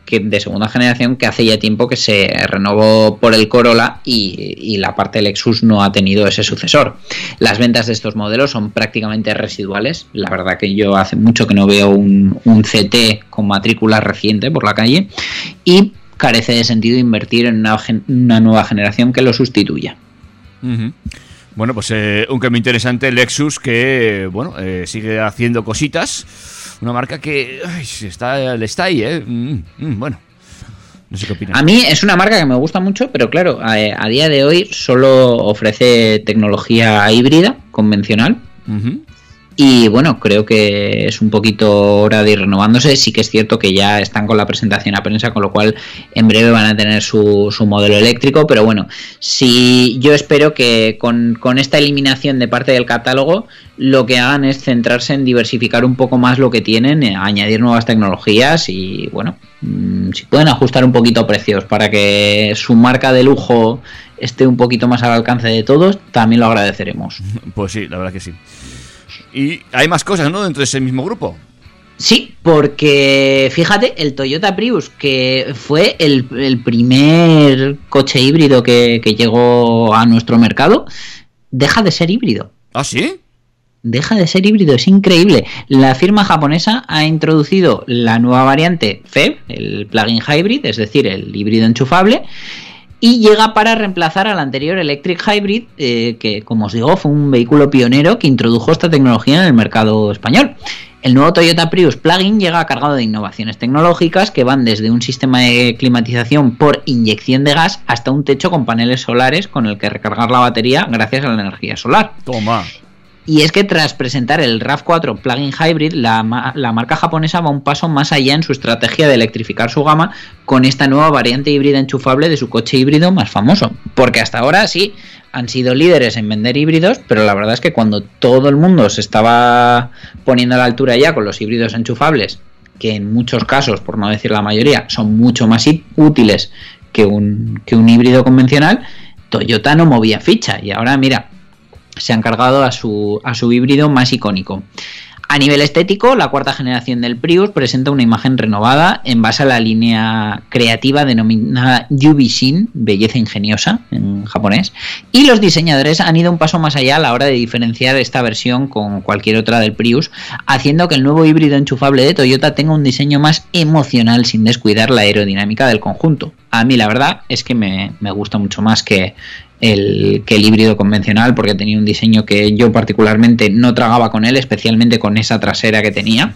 de segunda generación que hace ya tiempo que se renovó por el Corolla y la parte del Lexus no ha tenido ese sucesor. Las ventas de estos modelos son prácticamente residuales. La verdad que yo hace mucho que no veo un CT con matrícula reciente por la calle y carece de sentido invertir en una nueva generación que lo sustituya. Uh-huh. Bueno, pues un cambio interesante, Lexus, que bueno, sigue haciendo cositas. Una marca que está ahí, bueno, no sé qué opinas. A mí es una marca que me gusta mucho, pero claro, a día de hoy solo ofrece tecnología híbrida convencional. Uh-huh. Y bueno, creo que es un poquito hora de ir renovándose. Sí que es cierto que ya están con la presentación a prensa, con lo cual en breve van a tener su modelo eléctrico. Pero bueno, sí, yo espero que con esta eliminación de parte del catálogo, lo que hagan es centrarse en diversificar un poco más lo que tienen, añadir nuevas tecnologías y bueno, si pueden ajustar un poquito precios para que su marca de lujo esté un poquito más al alcance de todos, también lo agradeceremos. Pues sí, la verdad que sí. Y hay más cosas, ¿no?, dentro de ese mismo grupo. Sí, porque fíjate, el Toyota Prius, que fue el primer coche híbrido que llegó a nuestro mercado, deja de ser híbrido. ¿Ah, sí? Deja de ser híbrido, es increíble. La firma japonesa ha introducido la nueva variante PHEV, el plug-in hybrid, es decir, el híbrido enchufable, y llega para reemplazar al anterior Electric Hybrid, que, como os digo, fue un vehículo pionero que introdujo esta tecnología en el mercado español. El nuevo Toyota Prius Plug-in llega cargado de innovaciones tecnológicas que van desde un sistema de climatización por inyección de gas hasta un techo con paneles solares con el que recargar la batería gracias a la energía solar. Toma. Y es que tras presentar el RAV4 Plug-in Hybrid, la marca japonesa va un paso más allá en su estrategia de electrificar su gama con esta nueva variante híbrida enchufable de su coche híbrido más famoso. Porque hasta ahora sí, han sido líderes en vender híbridos, pero la verdad es que cuando todo el mundo se estaba poniendo a la altura ya con los híbridos enchufables, que en muchos casos, por no decir la mayoría, son mucho más útiles que un híbrido convencional, Toyota no movía ficha y ahora mira, se han cargado a su híbrido más icónico. A nivel estético, la cuarta generación del Prius presenta una imagen renovada en base a la línea creativa denominada Yubishin, belleza ingeniosa en japonés, y los diseñadores han ido un paso más allá a la hora de diferenciar esta versión con cualquier otra del Prius, haciendo que el nuevo híbrido enchufable de Toyota tenga un diseño más emocional sin descuidar la aerodinámica del conjunto. A mí la verdad es que me gusta mucho más que el híbrido convencional, porque tenía un diseño que yo particularmente no tragaba con él, especialmente con esa trasera que tenía.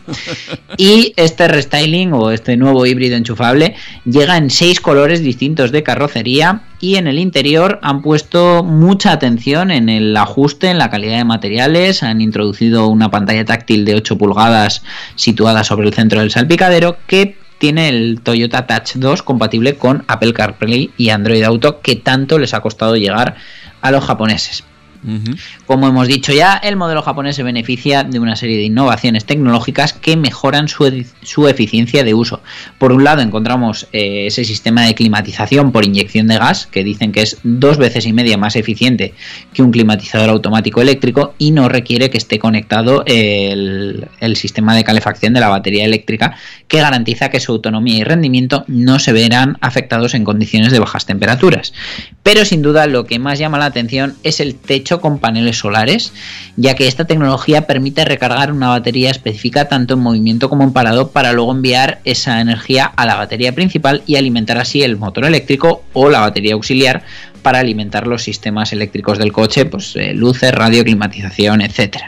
Y este restyling o este nuevo híbrido enchufable llega en 6 colores distintos de carrocería y en el interior han puesto mucha atención en el ajuste, en la calidad de materiales, han introducido una pantalla táctil de 8 pulgadas situada sobre el centro del salpicadero que tiene el Toyota Touch 2 compatible con Apple CarPlay y Android Auto, que tanto les ha costado llegar a los japoneses. Uh-huh. Como hemos dicho ya, el modelo japonés se beneficia de una serie de innovaciones tecnológicas que mejoran su eficiencia de uso. Por un lado encontramos ese sistema de climatización por inyección de gas, que dicen que es 2,5 veces más eficiente que un climatizador automático eléctrico y no requiere que esté conectado el sistema de calefacción de la batería eléctrica, que garantiza que su autonomía y rendimiento no se verán afectados en condiciones de bajas temperaturas. Pero sin duda lo que más llama la atención es el techo con paneles solares, ya que esta tecnología permite recargar una batería específica tanto en movimiento como en parado para luego enviar esa energía a la batería principal y alimentar así el motor eléctrico o la batería auxiliar para alimentar los sistemas eléctricos del coche, pues luces, radio, climatización, etcétera.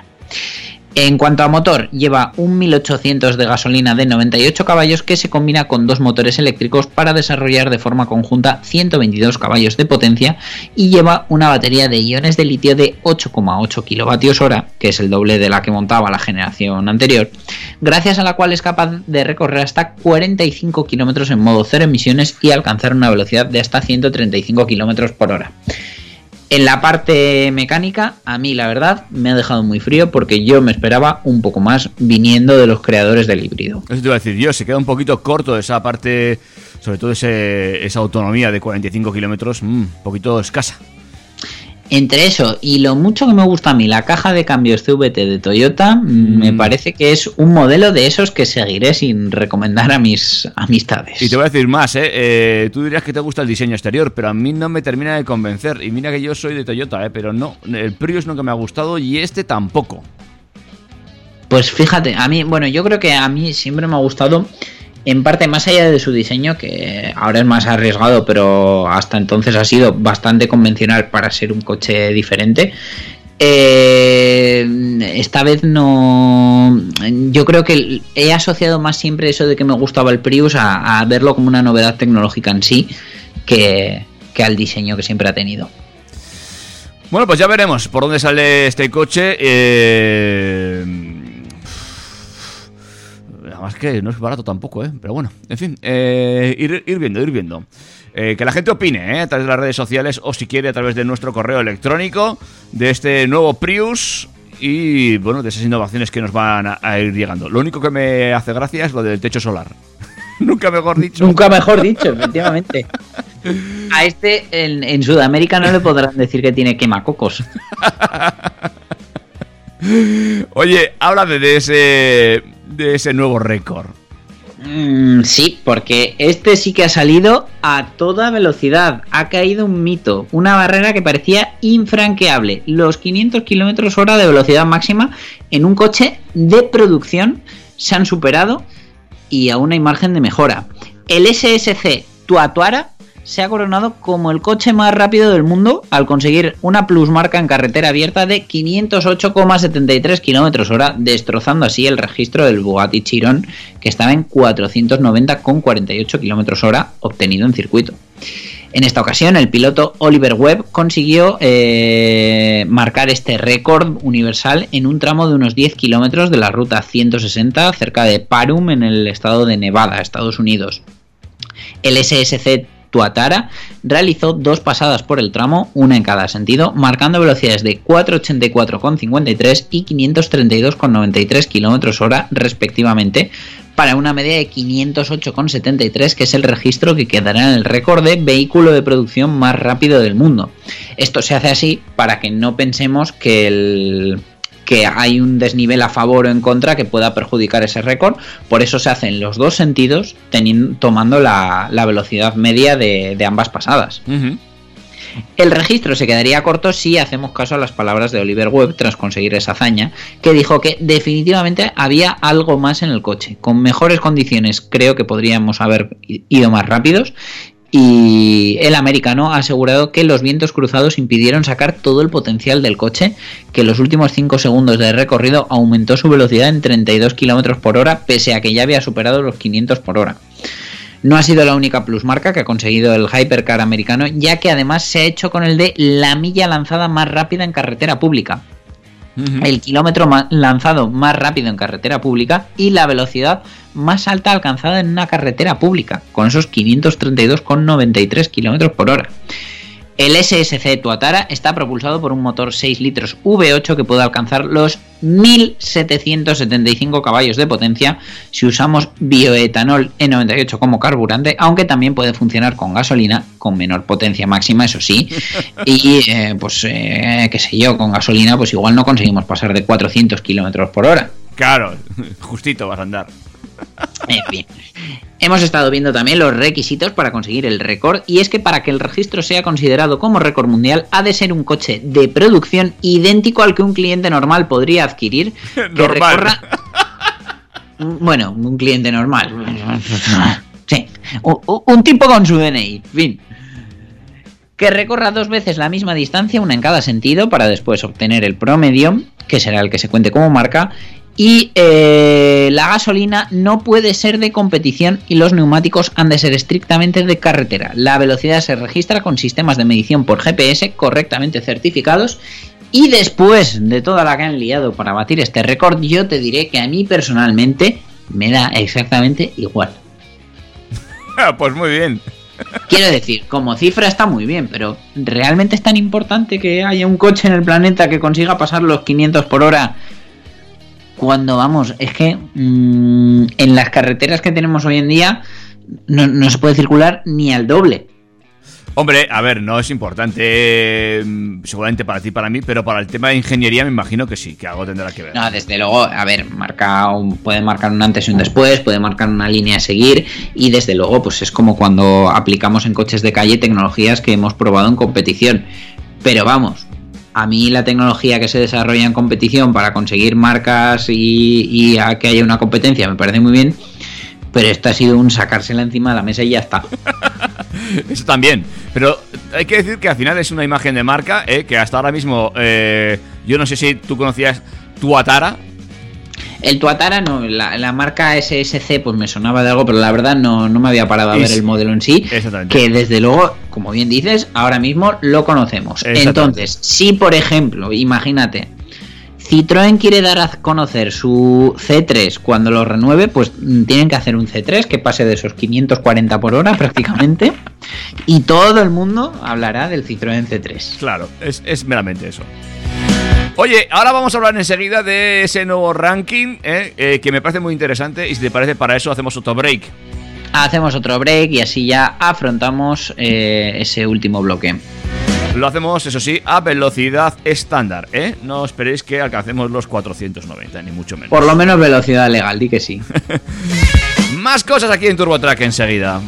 En cuanto a motor, lleva un 1800 de gasolina de 98 caballos que se combina con 2 motores eléctricos para desarrollar de forma conjunta 122 caballos de potencia y lleva una batería de iones de litio de 8,8 kWh, que es el doble de la que montaba la generación anterior, gracias a la cual es capaz de recorrer hasta 45 km en modo cero emisiones y alcanzar una velocidad de hasta 135 km por hora. En la parte mecánica, a mí la verdad me ha dejado muy frío porque yo me esperaba un poco más viniendo de los creadores del híbrido. Eso te iba a decir yo, se queda un poquito corto esa parte, sobre todo esa autonomía de 45 kilómetros, un poquito escasa. Entre eso y lo mucho que me gusta a mí la caja de cambios CVT de Toyota, me parece que es un modelo de esos que seguiré sin recomendar a mis amistades. Y te voy a decir más, tú dirías que te gusta el diseño exterior, pero a mí no me termina de convencer. Y mira que yo soy de Toyota, pero no, el Prius nunca me ha gustado y este tampoco. Pues fíjate, a mí, bueno, yo creo que a mí siempre me ha gustado, en parte más allá de su diseño, que ahora es más arriesgado, pero hasta entonces ha sido bastante convencional para ser un coche diferente. Esta vez no. Yo creo que he asociado más siempre eso de que me gustaba el Prius a verlo como una novedad tecnológica en sí que al diseño que siempre ha tenido. Bueno, pues ya veremos por dónde sale este coche. Además que no es barato tampoco, pero bueno, en fin, ir viendo. Que la gente opine, a través de las redes sociales o si quiere a través de nuestro correo electrónico de este nuevo Prius y bueno, de esas innovaciones que nos van a ir llegando. Lo único que me hace gracia es lo del techo solar. Nunca mejor dicho, efectivamente. A este en Sudamérica no le podrán decir que tiene quemacocos. Oye, háblame de ese nuevo récord. Sí, porque este sí que ha salido a toda velocidad. Ha caído un mito, una barrera que parecía infranqueable. Los 500 km/h de velocidad máxima en un coche de producción se han superado y aún hay margen de mejora. El SSC Tuatara se ha coronado como el coche más rápido del mundo al conseguir una plusmarca en carretera abierta de 508,73 km/h, destrozando así el registro del Bugatti Chiron, que estaba en 490,48 km/h, obtenido en circuito. En esta ocasión, el piloto Oliver Webb consiguió marcar este récord universal en un tramo de unos 10 kilómetros de la ruta 160 cerca de Parum, en el estado de Nevada, Estados Unidos. El SSC Tuatara realizó 2 pasadas por el tramo, una en cada sentido, marcando velocidades de 484,53 y 532,93 km/h respectivamente, para una media de 508,73, que es el registro que quedará en el récord de vehículo de producción más rápido del mundo. Esto se hace así para que no pensemos que hay un desnivel a favor o en contra que pueda perjudicar ese récord. Por eso se hace en los dos sentidos, tomando la velocidad media de ambas pasadas. Uh-huh. El registro se quedaría corto si hacemos caso a las palabras de Oliver Webb tras conseguir esa hazaña, que dijo que definitivamente había algo más en el coche. Con mejores condiciones creo que podríamos haber ido más rápidos. Y el americano ha asegurado que los vientos cruzados impidieron sacar todo el potencial del coche, que en los últimos 5 segundos de recorrido aumentó su velocidad en 32 km/h, pese a que ya había superado los 500 por hora. No ha sido la única plusmarca que ha conseguido el Hypercar americano, ya que además se ha hecho con el de la milla lanzada más rápida en carretera pública. El kilómetro lanzado más rápido en carretera pública y la velocidad más alta alcanzada en una carretera pública, con esos 532,93 km/h. El SSC Tuatara está propulsado por un motor 6 litros V8 que puede alcanzar los 1.775 caballos de potencia si usamos bioetanol E98 como carburante, aunque también puede funcionar con gasolina con menor potencia máxima, eso sí. Y qué sé yo, con gasolina pues igual no conseguimos pasar de 400 km/h. Claro, justito vas a andar. En fin, hemos estado viendo también los requisitos para conseguir el récord, y es que para que el registro sea considerado como récord mundial ha de ser un coche de producción idéntico al que un cliente normal podría adquirir, que recorra... Bueno, un cliente normal. Sí, un tipo con su DNI, en fin. Que recorra 2 veces la misma distancia, una en cada sentido, para después obtener el promedio, que será el que se cuente como marca. Y la gasolina no puede ser de competición y los neumáticos han de ser estrictamente de carretera. La velocidad se registra con sistemas de medición por GPS correctamente certificados. Y después de toda la que han liado para batir este récord, yo te diré que a mí personalmente me da exactamente igual. Pues muy bien. Quiero decir, como cifra está muy bien, pero ¿realmente es tan importante que haya un coche en el planeta que consiga pasar los 500 por hora? Cuando vamos, es que en las carreteras que tenemos hoy en día no se puede circular ni al doble. Hombre, a ver, no es importante seguramente para ti, para mí, pero para el tema de ingeniería me imagino que sí, que algo tendrá que ver. No, desde luego, a ver, puede marcar un antes y un después, puede marcar una línea a seguir y desde luego pues es como cuando aplicamos en coches de calle tecnologías que hemos probado en competición. Pero vamos, a mí la tecnología que se desarrolla en competición para conseguir marcas y a que haya una competencia me parece muy bien, pero esto ha sido un sacársela encima de la mesa y ya está. Eso también, pero hay que decir que al final es una imagen de marca, que hasta ahora mismo, yo no sé si tú conocías Tuatara. El Tuatara no, la marca SSC pues me sonaba de algo, pero la verdad no me había parado a ver el modelo en sí, que desde luego, como bien dices, ahora mismo lo conocemos. Entonces, si por ejemplo, imagínate, Citroën quiere dar a conocer su C3 cuando lo renueve, pues tienen que hacer un C3 que pase de esos 540 por hora prácticamente y todo el mundo hablará del Citroën C3. Claro, es meramente eso. Oye, ahora vamos a hablar enseguida de ese nuevo ranking, que me parece muy interesante, y si te parece, para eso hacemos otro break. Hacemos otro break y así ya afrontamos ese último bloque. Lo hacemos, eso sí, a velocidad estándar, No esperéis que alcancemos los 490, ni mucho menos. Por lo menos velocidad legal, di que sí. Más cosas aquí en TurboTrack enseguida.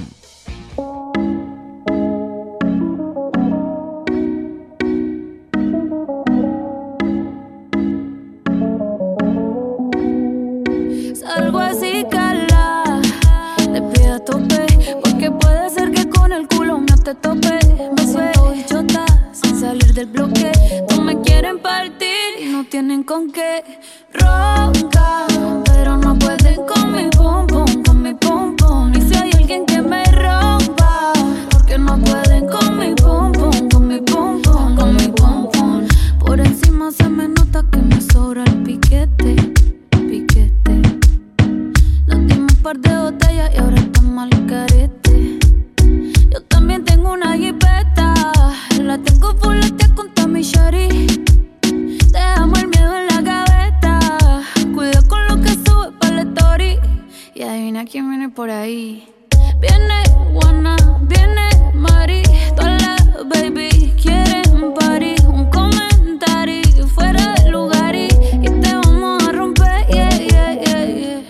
Salgo así, cala, de pie a tope, porque puede ser que con el culo no te tope. Me suelto y chota, sin salir del bloque. No me quieren partir y no tienen con qué. Ronca, pero no pueden con mi pum pum, con mi pum pum. Y si hay alguien que me rompa, porque no pueden con mi pum pum, con mi pum pum, con mi pum pum. Por encima se me nota que me sobra el piquete. Par de botellas y ahora estamos al carete. Yo también tengo una jipeta, la tengo fuletea con Tommy Shari. Dejamos el miedo en la gaveta, cuida con lo que sube para la story. Y adivina quién viene por ahí. Viene Juana, viene Mari, todas las baby quieren party. Un comentario fuera de lugar y te vamos a romper, yeah, yeah, yeah, yeah.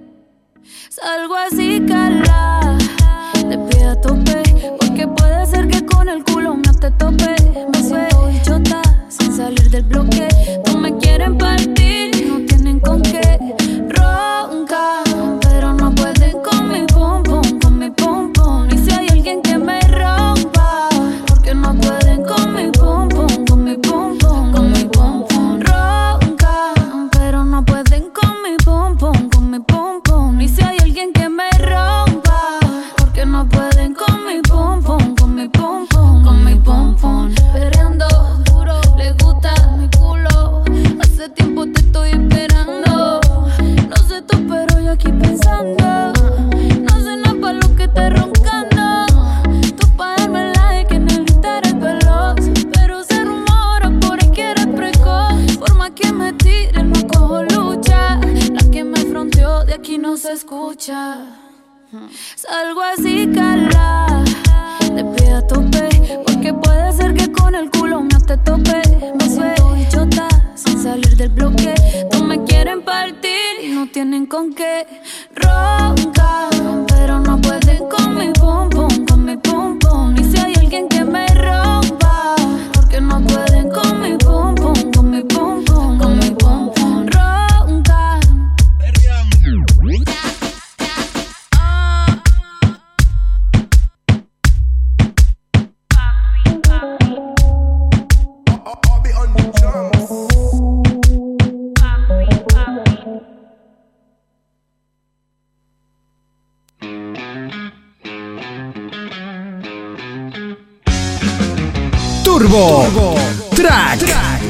Salgo así, cala, de pie a tope, porque puede ser que con el culo no te tope. Me suelto y chota, sin salir del bloque. No me quieren partir, no tienen con qué. Ronca, pero no pueden con mi pum pum, con mi pum pum. Y si hay alguien que me rompa, porque no pueden con mi pum pum, con mi pum pum, con mi pum pum. Ronca, pero no pueden con mi pum pum, con mi pum pum. Y si hay alguien que me rompa, porque no pueden con mi pum pum, con mi pum pum, con mi pum pum. Perreando duro, le gusta mi culo. Hace tiempo te estoy esperando. No sé tú, pero yo aquí pensando. No sé nada pa' lo que estés roncando. Tú pa' darme like en el Insta eres veloz, pero se rumora por ahí que eres precoz. Forma que me tire, no cojo lucha. La que me fronteó de aquí no se escucha. Salgo así, cala, de pie a tope, porque puede ser que con el culo no te tope. Me suelto y chota, sin salir del bloque. No me quieren partir y no tienen con qué. Ronca, pero no pueden con mi pum pum, con mi pum pum. Y si hay alguien que me rompa, porque no pueden con mi pum pum, con mi pum pum, con mi pum pum. Ronca. Turbo Track.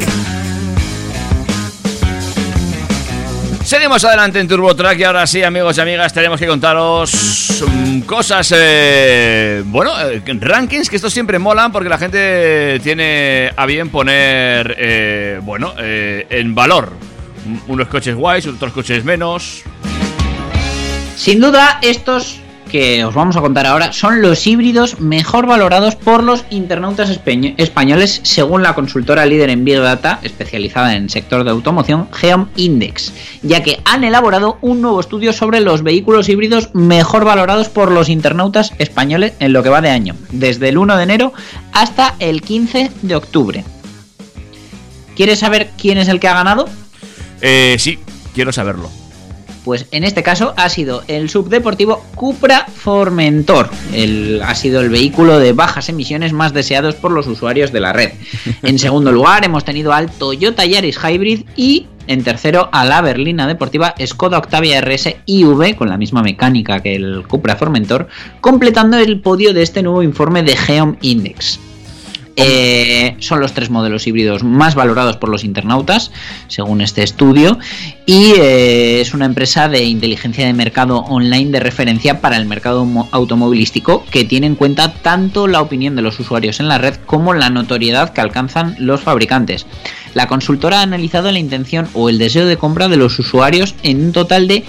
Seguimos adelante en TurboTrack y ahora sí, amigos y amigas, tenemos que contaros cosas, rankings, que estos siempre molan porque la gente tiene a bien poner, en valor unos coches guays, otros coches menos. Sin duda, estos que os vamos a contar ahora son los híbridos mejor valorados por los internautas españoles según la consultora líder en Big Data especializada en el sector de automoción Geom Index, ya que han elaborado un nuevo estudio sobre los vehículos híbridos mejor valorados por los internautas españoles en lo que va de año, desde el 1 de enero hasta el 15 de octubre. ¿Quieres saber quién es el que ha ganado? Sí, quiero saberlo. Pues en este caso ha sido el subdeportivo Cupra Formentor. Ha sido el vehículo de bajas emisiones más deseados por los usuarios de la red. En segundo lugar hemos tenido al Toyota Yaris Hybrid y en tercero a la berlina deportiva Skoda Octavia RS IV con la misma mecánica que el Cupra Formentor, completando el podio de este nuevo informe de Geom Index. Son los 3 modelos híbridos más valorados por los internautas, según este estudio, y es una empresa de inteligencia de mercado online de referencia para el mercado automovilístico que tiene en cuenta tanto la opinión de los usuarios en la red como la notoriedad que alcanzan los fabricantes. La consultora ha analizado la intención o el deseo de compra de los usuarios en un total de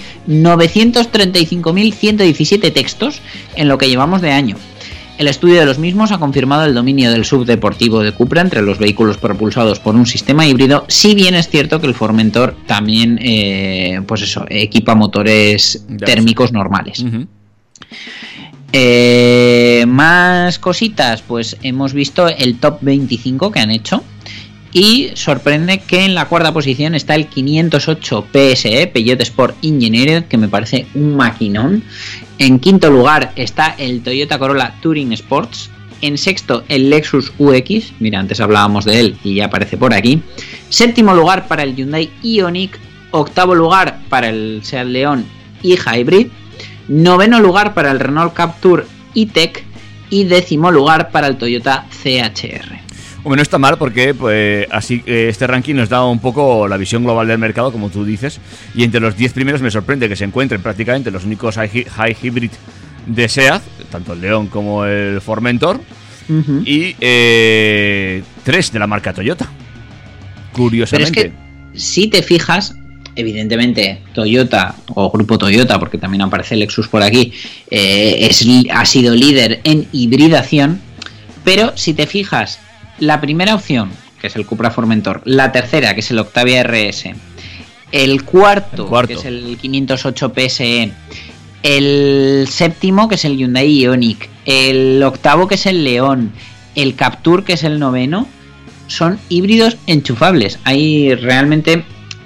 935.117 textos en lo que llevamos de año. El estudio de los mismos ha confirmado el dominio del subdeportivo de Cupra entre los vehículos propulsados por un sistema híbrido, si bien es cierto que el Formentor también equipa motores térmicos normales. Uh-huh. Más cositas, pues hemos visto el top 25 que han hecho. Y sorprende que en la cuarta posición está el 508 PSE, Peugeot Sport Engineered, que me parece un maquinón. En quinto lugar está el Toyota Corolla Touring Sports. En sexto el Lexus UX, mira, antes hablábamos de él y ya aparece por aquí. Séptimo lugar para el Hyundai Ioniq. Octavo lugar para el Seat León e-Hybrid. Noveno lugar para el Renault Captur E-Tech. Y décimo lugar para el Toyota CHR. Bueno, no está mal porque pues, así este ranking nos da un poco la visión global del mercado, como tú dices, y entre los 10 primeros me sorprende que se encuentren prácticamente los únicos high hybrid de SEAT, tanto el León como el Formentor, uh-huh. Y 3 de la marca Toyota, curiosamente. Pero es que si te fijas, evidentemente Toyota o Grupo Toyota, porque también aparece Lexus por aquí, ha sido líder en hibridación, pero si te fijas, la primera opción, que es el Cupra Formentor, la tercera, que es el Octavia RS, el cuarto, que es el 508 PSE, el séptimo, que es el Hyundai Ioniq, el octavo, que es el León, el Captur, que es el noveno, son híbridos enchufables. Ahí realmente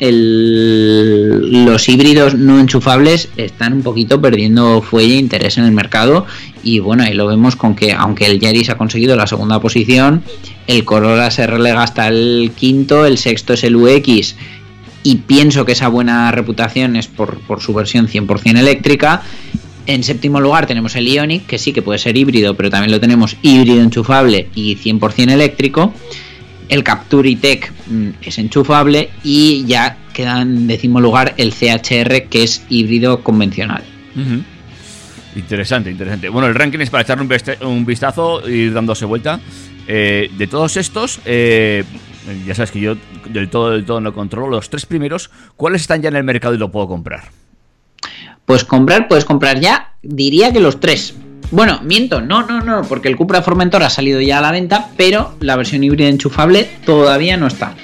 los híbridos no enchufables están un poquito perdiendo fuelle e interés en el mercado, y bueno, ahí lo vemos con que aunque el Yaris ha conseguido la segunda posición, el Corolla se relega hasta el quinto, el sexto es el UX, y pienso que esa buena reputación es por su versión 100% eléctrica. En séptimo lugar tenemos el Ioniq, que sí que puede ser híbrido, pero también lo tenemos híbrido enchufable y 100% eléctrico. El Captur E-Tech es enchufable, y ya queda en décimo lugar el CHR, que es híbrido convencional. Uh-huh. Interesante. Bueno, el ranking es para echarle un vistazo y ir dándose vuelta. De todos estos, ya sabes que yo del todo no controlo. Los 3 primeros, ¿cuáles están ya en el mercado y lo puedo comprar? Pues puedes comprar ya, diría que los 3. Bueno, miento, no, porque el Cupra Formentor ha salido ya a la venta, pero la versión híbrida enchufable todavía no está.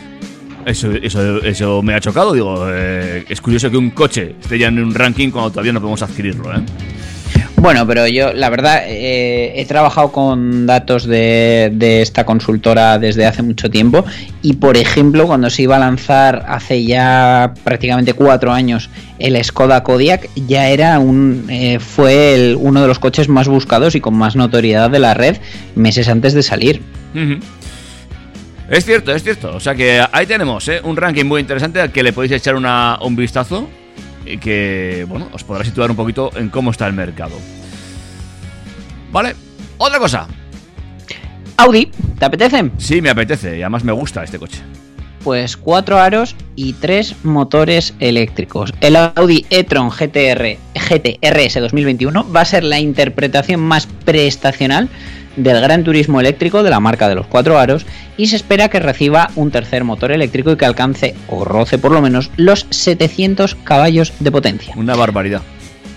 Eso me ha chocado, digo, es curioso que un coche esté ya en un ranking cuando todavía no podemos adquirirlo, ¿eh? Bueno, pero yo, la verdad, he trabajado con datos de esta consultora desde hace mucho tiempo, y por ejemplo, cuando se iba a lanzar hace ya prácticamente 4 años el Skoda Kodiaq, ya era fue uno de los coches más buscados y con más notoriedad de la red meses antes de salir. Uh-huh. Es cierto. O sea que ahí tenemos un ranking muy interesante al que le podéis echar un vistazo, y que, bueno, os podrá situar un poquito en cómo está el mercado. Vale, otra cosa. Audi, ¿te apetece? Sí, me apetece, y además me gusta este coche. Pues 4 aros y 3 motores eléctricos. El Audi e-tron GT-RS 2021 va a ser la interpretación más prestacional del Gran Turismo eléctrico de la marca de los 4 aros, y se espera que reciba un tercer motor eléctrico y que alcance o roce por lo menos los 700 caballos de potencia. Una barbaridad.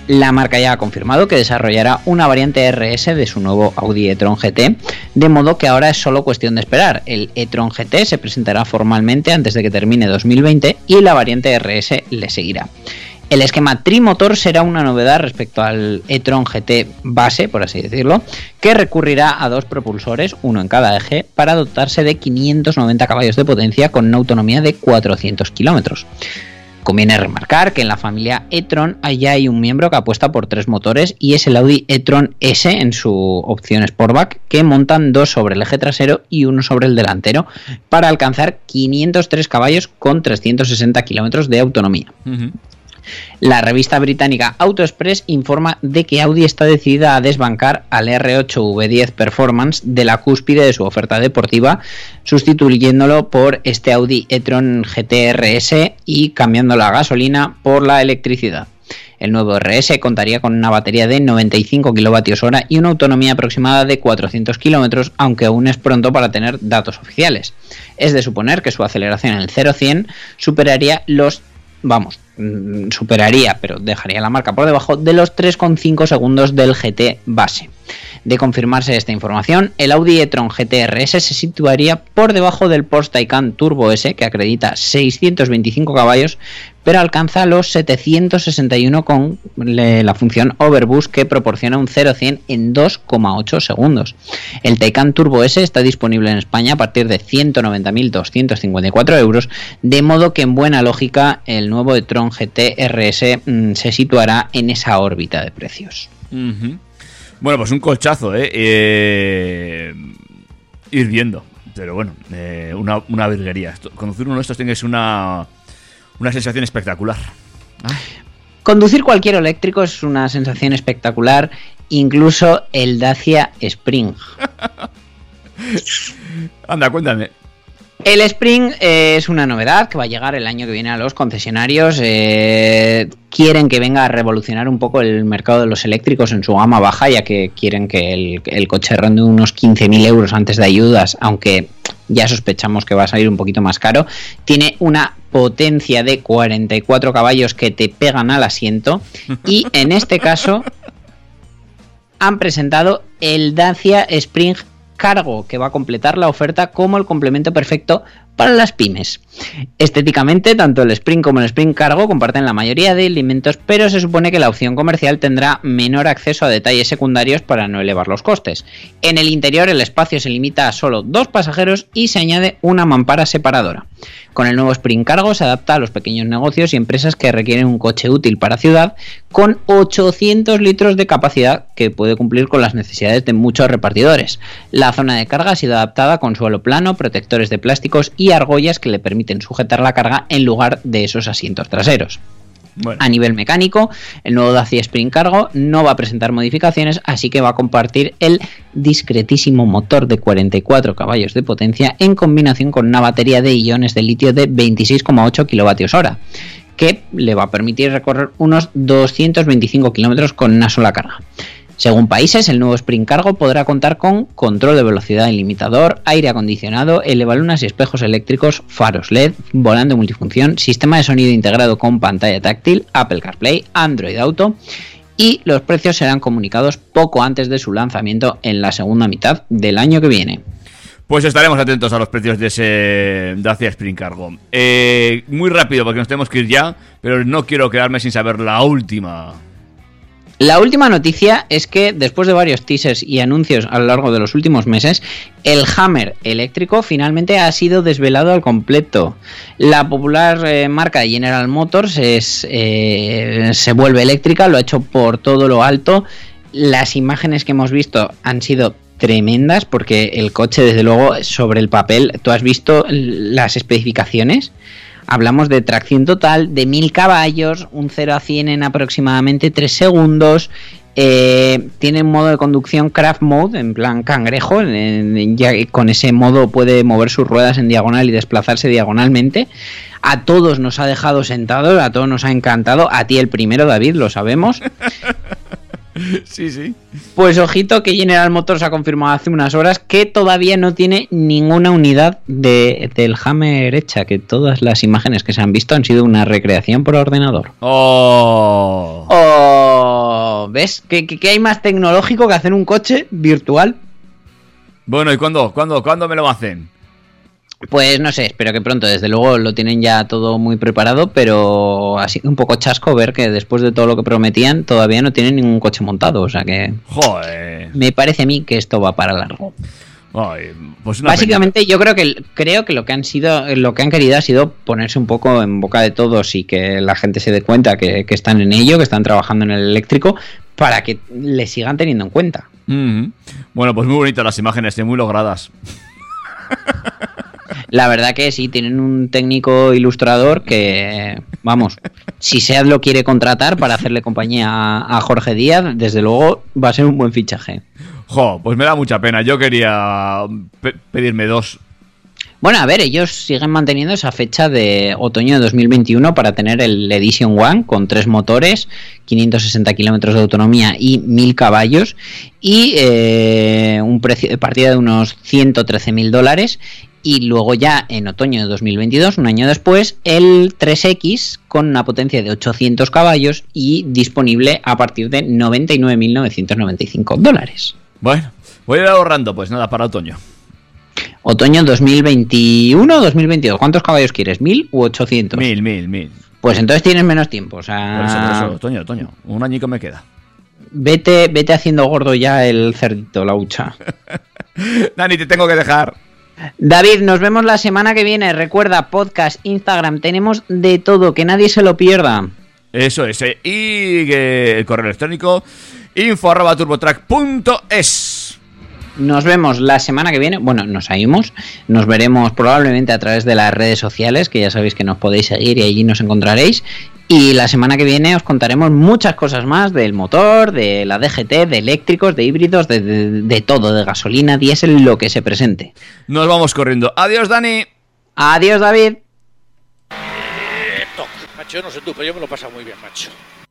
La marca ya ha confirmado que desarrollará una variante RS de su nuevo Audi e-tron GT, de modo que ahora es solo cuestión de esperar. El e-tron GT se presentará formalmente antes de que termine 2020 y la variante RS le seguirá. El esquema trimotor será una novedad respecto al e-tron GT base, por así decirlo, que recurrirá a 2 propulsores, uno en cada eje, para dotarse de 590 caballos de potencia con una autonomía de 400 kilómetros. Conviene remarcar que en la familia e-tron ya hay un miembro que apuesta por 3 motores y es el Audi e-tron S en su opción Sportback, que montan 2 sobre el eje trasero y 1 sobre el delantero para alcanzar 503 caballos con 360 kilómetros de autonomía. La revista británica Auto Express informa de que Audi está decidida a desbancar al R8 V10 Performance de la cúspide de su oferta deportiva, sustituyéndolo por este Audi e-tron GT RS y cambiando la gasolina por la electricidad. El nuevo RS contaría con una batería de 95 kWh y una autonomía aproximada de 400 km, aunque aún es pronto para tener datos oficiales. Es de suponer que su aceleración en el 0-100 superaría, pero dejaría la marca por debajo de los 3,5 segundos del GT base. De confirmarse esta información, el Audi e-tron GT RS se situaría por debajo del Porsche Taycan Turbo S, que acredita 625 caballos, pero alcanza los 761 con la función Overboost, que proporciona un 0-100 en 2,8 segundos. El Taycan Turbo S está disponible en España a partir de 190.254 euros, de modo que en buena lógica el nuevo e-tron GT RS se situará en esa órbita de precios. Bueno, pues un colchazo, ir viendo. Pero bueno, una virguería. Conducir uno de estos tiene que ser una sensación espectacular. Conducir cualquier eléctrico es una sensación espectacular, incluso el Dacia Spring. Anda, cuéntame. El Spring es una novedad que va a llegar el año que viene a los concesionarios. Quieren que venga a revolucionar un poco el mercado de los eléctricos en su gama baja, ya que quieren que el coche ronde unos 15.000 euros antes de ayudas, aunque ya sospechamos que va a salir un poquito más caro. Tiene una potencia de 44 caballos que te pegan al asiento y en este caso han presentado el Dacia Spring Cargo, que va a completar la oferta como el complemento perfecto para las pymes. Estéticamente, tanto el Spring como el Spring Cargo comparten la mayoría de elementos, pero se supone que la opción comercial tendrá menor acceso a detalles secundarios para no elevar los costes. En el interior el espacio se limita a solo 2 pasajeros y se añade una mampara separadora. Con el nuevo Spring Cargo se adapta a los pequeños negocios y empresas que requieren un coche útil para ciudad con 800 litros de capacidad que puede cumplir con las necesidades de muchos repartidores. La zona de carga ha sido adaptada con suelo plano, protectores de plásticos y argollas que le permiten sujetar la carga en lugar de esos asientos traseros. Bueno. A nivel mecánico, el nuevo Dacia Spring Cargo no va a presentar modificaciones, así que va a compartir el discretísimo motor de 44 caballos de potencia en combinación con una batería de iones de litio de 26,8 kWh, que le va a permitir recorrer unos 225 kilómetros con una sola carga. Según países, el nuevo Spring Cargo podrá contar con control de velocidad ilimitador, aire acondicionado, elevalunas y espejos eléctricos, faros LED, volante multifunción, sistema de sonido integrado con pantalla táctil, Apple CarPlay, Android Auto, y los precios serán comunicados poco antes de su lanzamiento en la segunda mitad del año que viene. Pues estaremos atentos a los precios de ese Dacia Spring Cargo. Muy rápido, porque nos tenemos que ir ya, pero no quiero quedarme sin saber la última. La última noticia es que después de varios teasers y anuncios a lo largo de los últimos meses, el Hammer eléctrico finalmente ha sido desvelado al completo. La popular marca General Motors se vuelve eléctrica, lo ha hecho por todo lo alto. Las imágenes que hemos visto han sido tremendas porque el coche, desde luego, sobre el papel, ¿tú has visto las especificaciones? Hablamos de tracción total de 1000 caballos, un 0 a 100 en aproximadamente 3 segundos. Tiene un modo de conducción craft mode, en plan cangrejo. Ya con ese modo puede mover sus ruedas en diagonal y desplazarse diagonalmente. A todos nos ha dejado sentados, a todos nos ha encantado. A ti el primero, David, lo sabemos. Sí. Pues ojito que General Motors ha confirmado hace unas horas que todavía no tiene ninguna unidad del Hammer hecha, que todas las imágenes que se han visto han sido una recreación por ordenador. ¿Ves? ¿Qué hay más tecnológico que hacer un coche virtual? Bueno, ¿y cuándo me lo hacen? Pues no sé, espero que pronto. Desde luego lo tienen ya todo muy preparado, pero ha sido un poco chasco ver que después de todo lo que prometían todavía no tienen ningún coche montado, o sea que... Joder. Me parece a mí que esto va para largo. Ay, pues básicamente pena. Yo creo que lo que han querido ha sido ponerse un poco en boca de todos y que la gente se dé cuenta que están en ello, que están trabajando en el eléctrico, para que le sigan teniendo en cuenta. Bueno, pues muy bonitas las imágenes, muy logradas. La verdad que sí, tienen un técnico ilustrador que, vamos, si SEAT lo quiere contratar para hacerle compañía a Jorge Díaz, desde luego va a ser un buen fichaje. Pues me da mucha pena, yo quería pedirme 2. Bueno, a ver, ellos siguen manteniendo esa fecha de otoño de 2021 para tener el Edition One con 3 motores, 560 kilómetros de autonomía y 1000 caballos y un precio de partida de unos $113.000. Y luego ya en otoño de 2022, un año después, el 3X con una potencia de 800 caballos y disponible a partir de $99.995. Bueno, voy a ir ahorrando, pues nada, para otoño. Otoño 2021 o 2022. ¿Cuántos caballos quieres? ¿1000 u 800? 1000. Pues entonces tienes menos tiempo. O sea... Por eso, otoño. Un añico me queda. Vete haciendo gordo ya el cerdito, la hucha. Dani, te tengo que dejar. David, nos vemos la semana que viene. Recuerda, podcast, Instagram, tenemos de todo, que nadie se lo pierda. Eso es, y el correo electrónico info@turbotrack.es. Nos vemos la semana que viene. Bueno, nos veremos probablemente a través de las redes sociales, que ya sabéis que nos podéis seguir y allí nos encontraréis. Y la semana que viene os contaremos muchas cosas más del motor, de la DGT, de eléctricos, de híbridos, de todo, de gasolina, diésel, lo que se presente. Nos vamos corriendo. Adiós, Dani. Adiós, David. Macho, no sé tú, pero yo me lo he pasado muy bien, macho.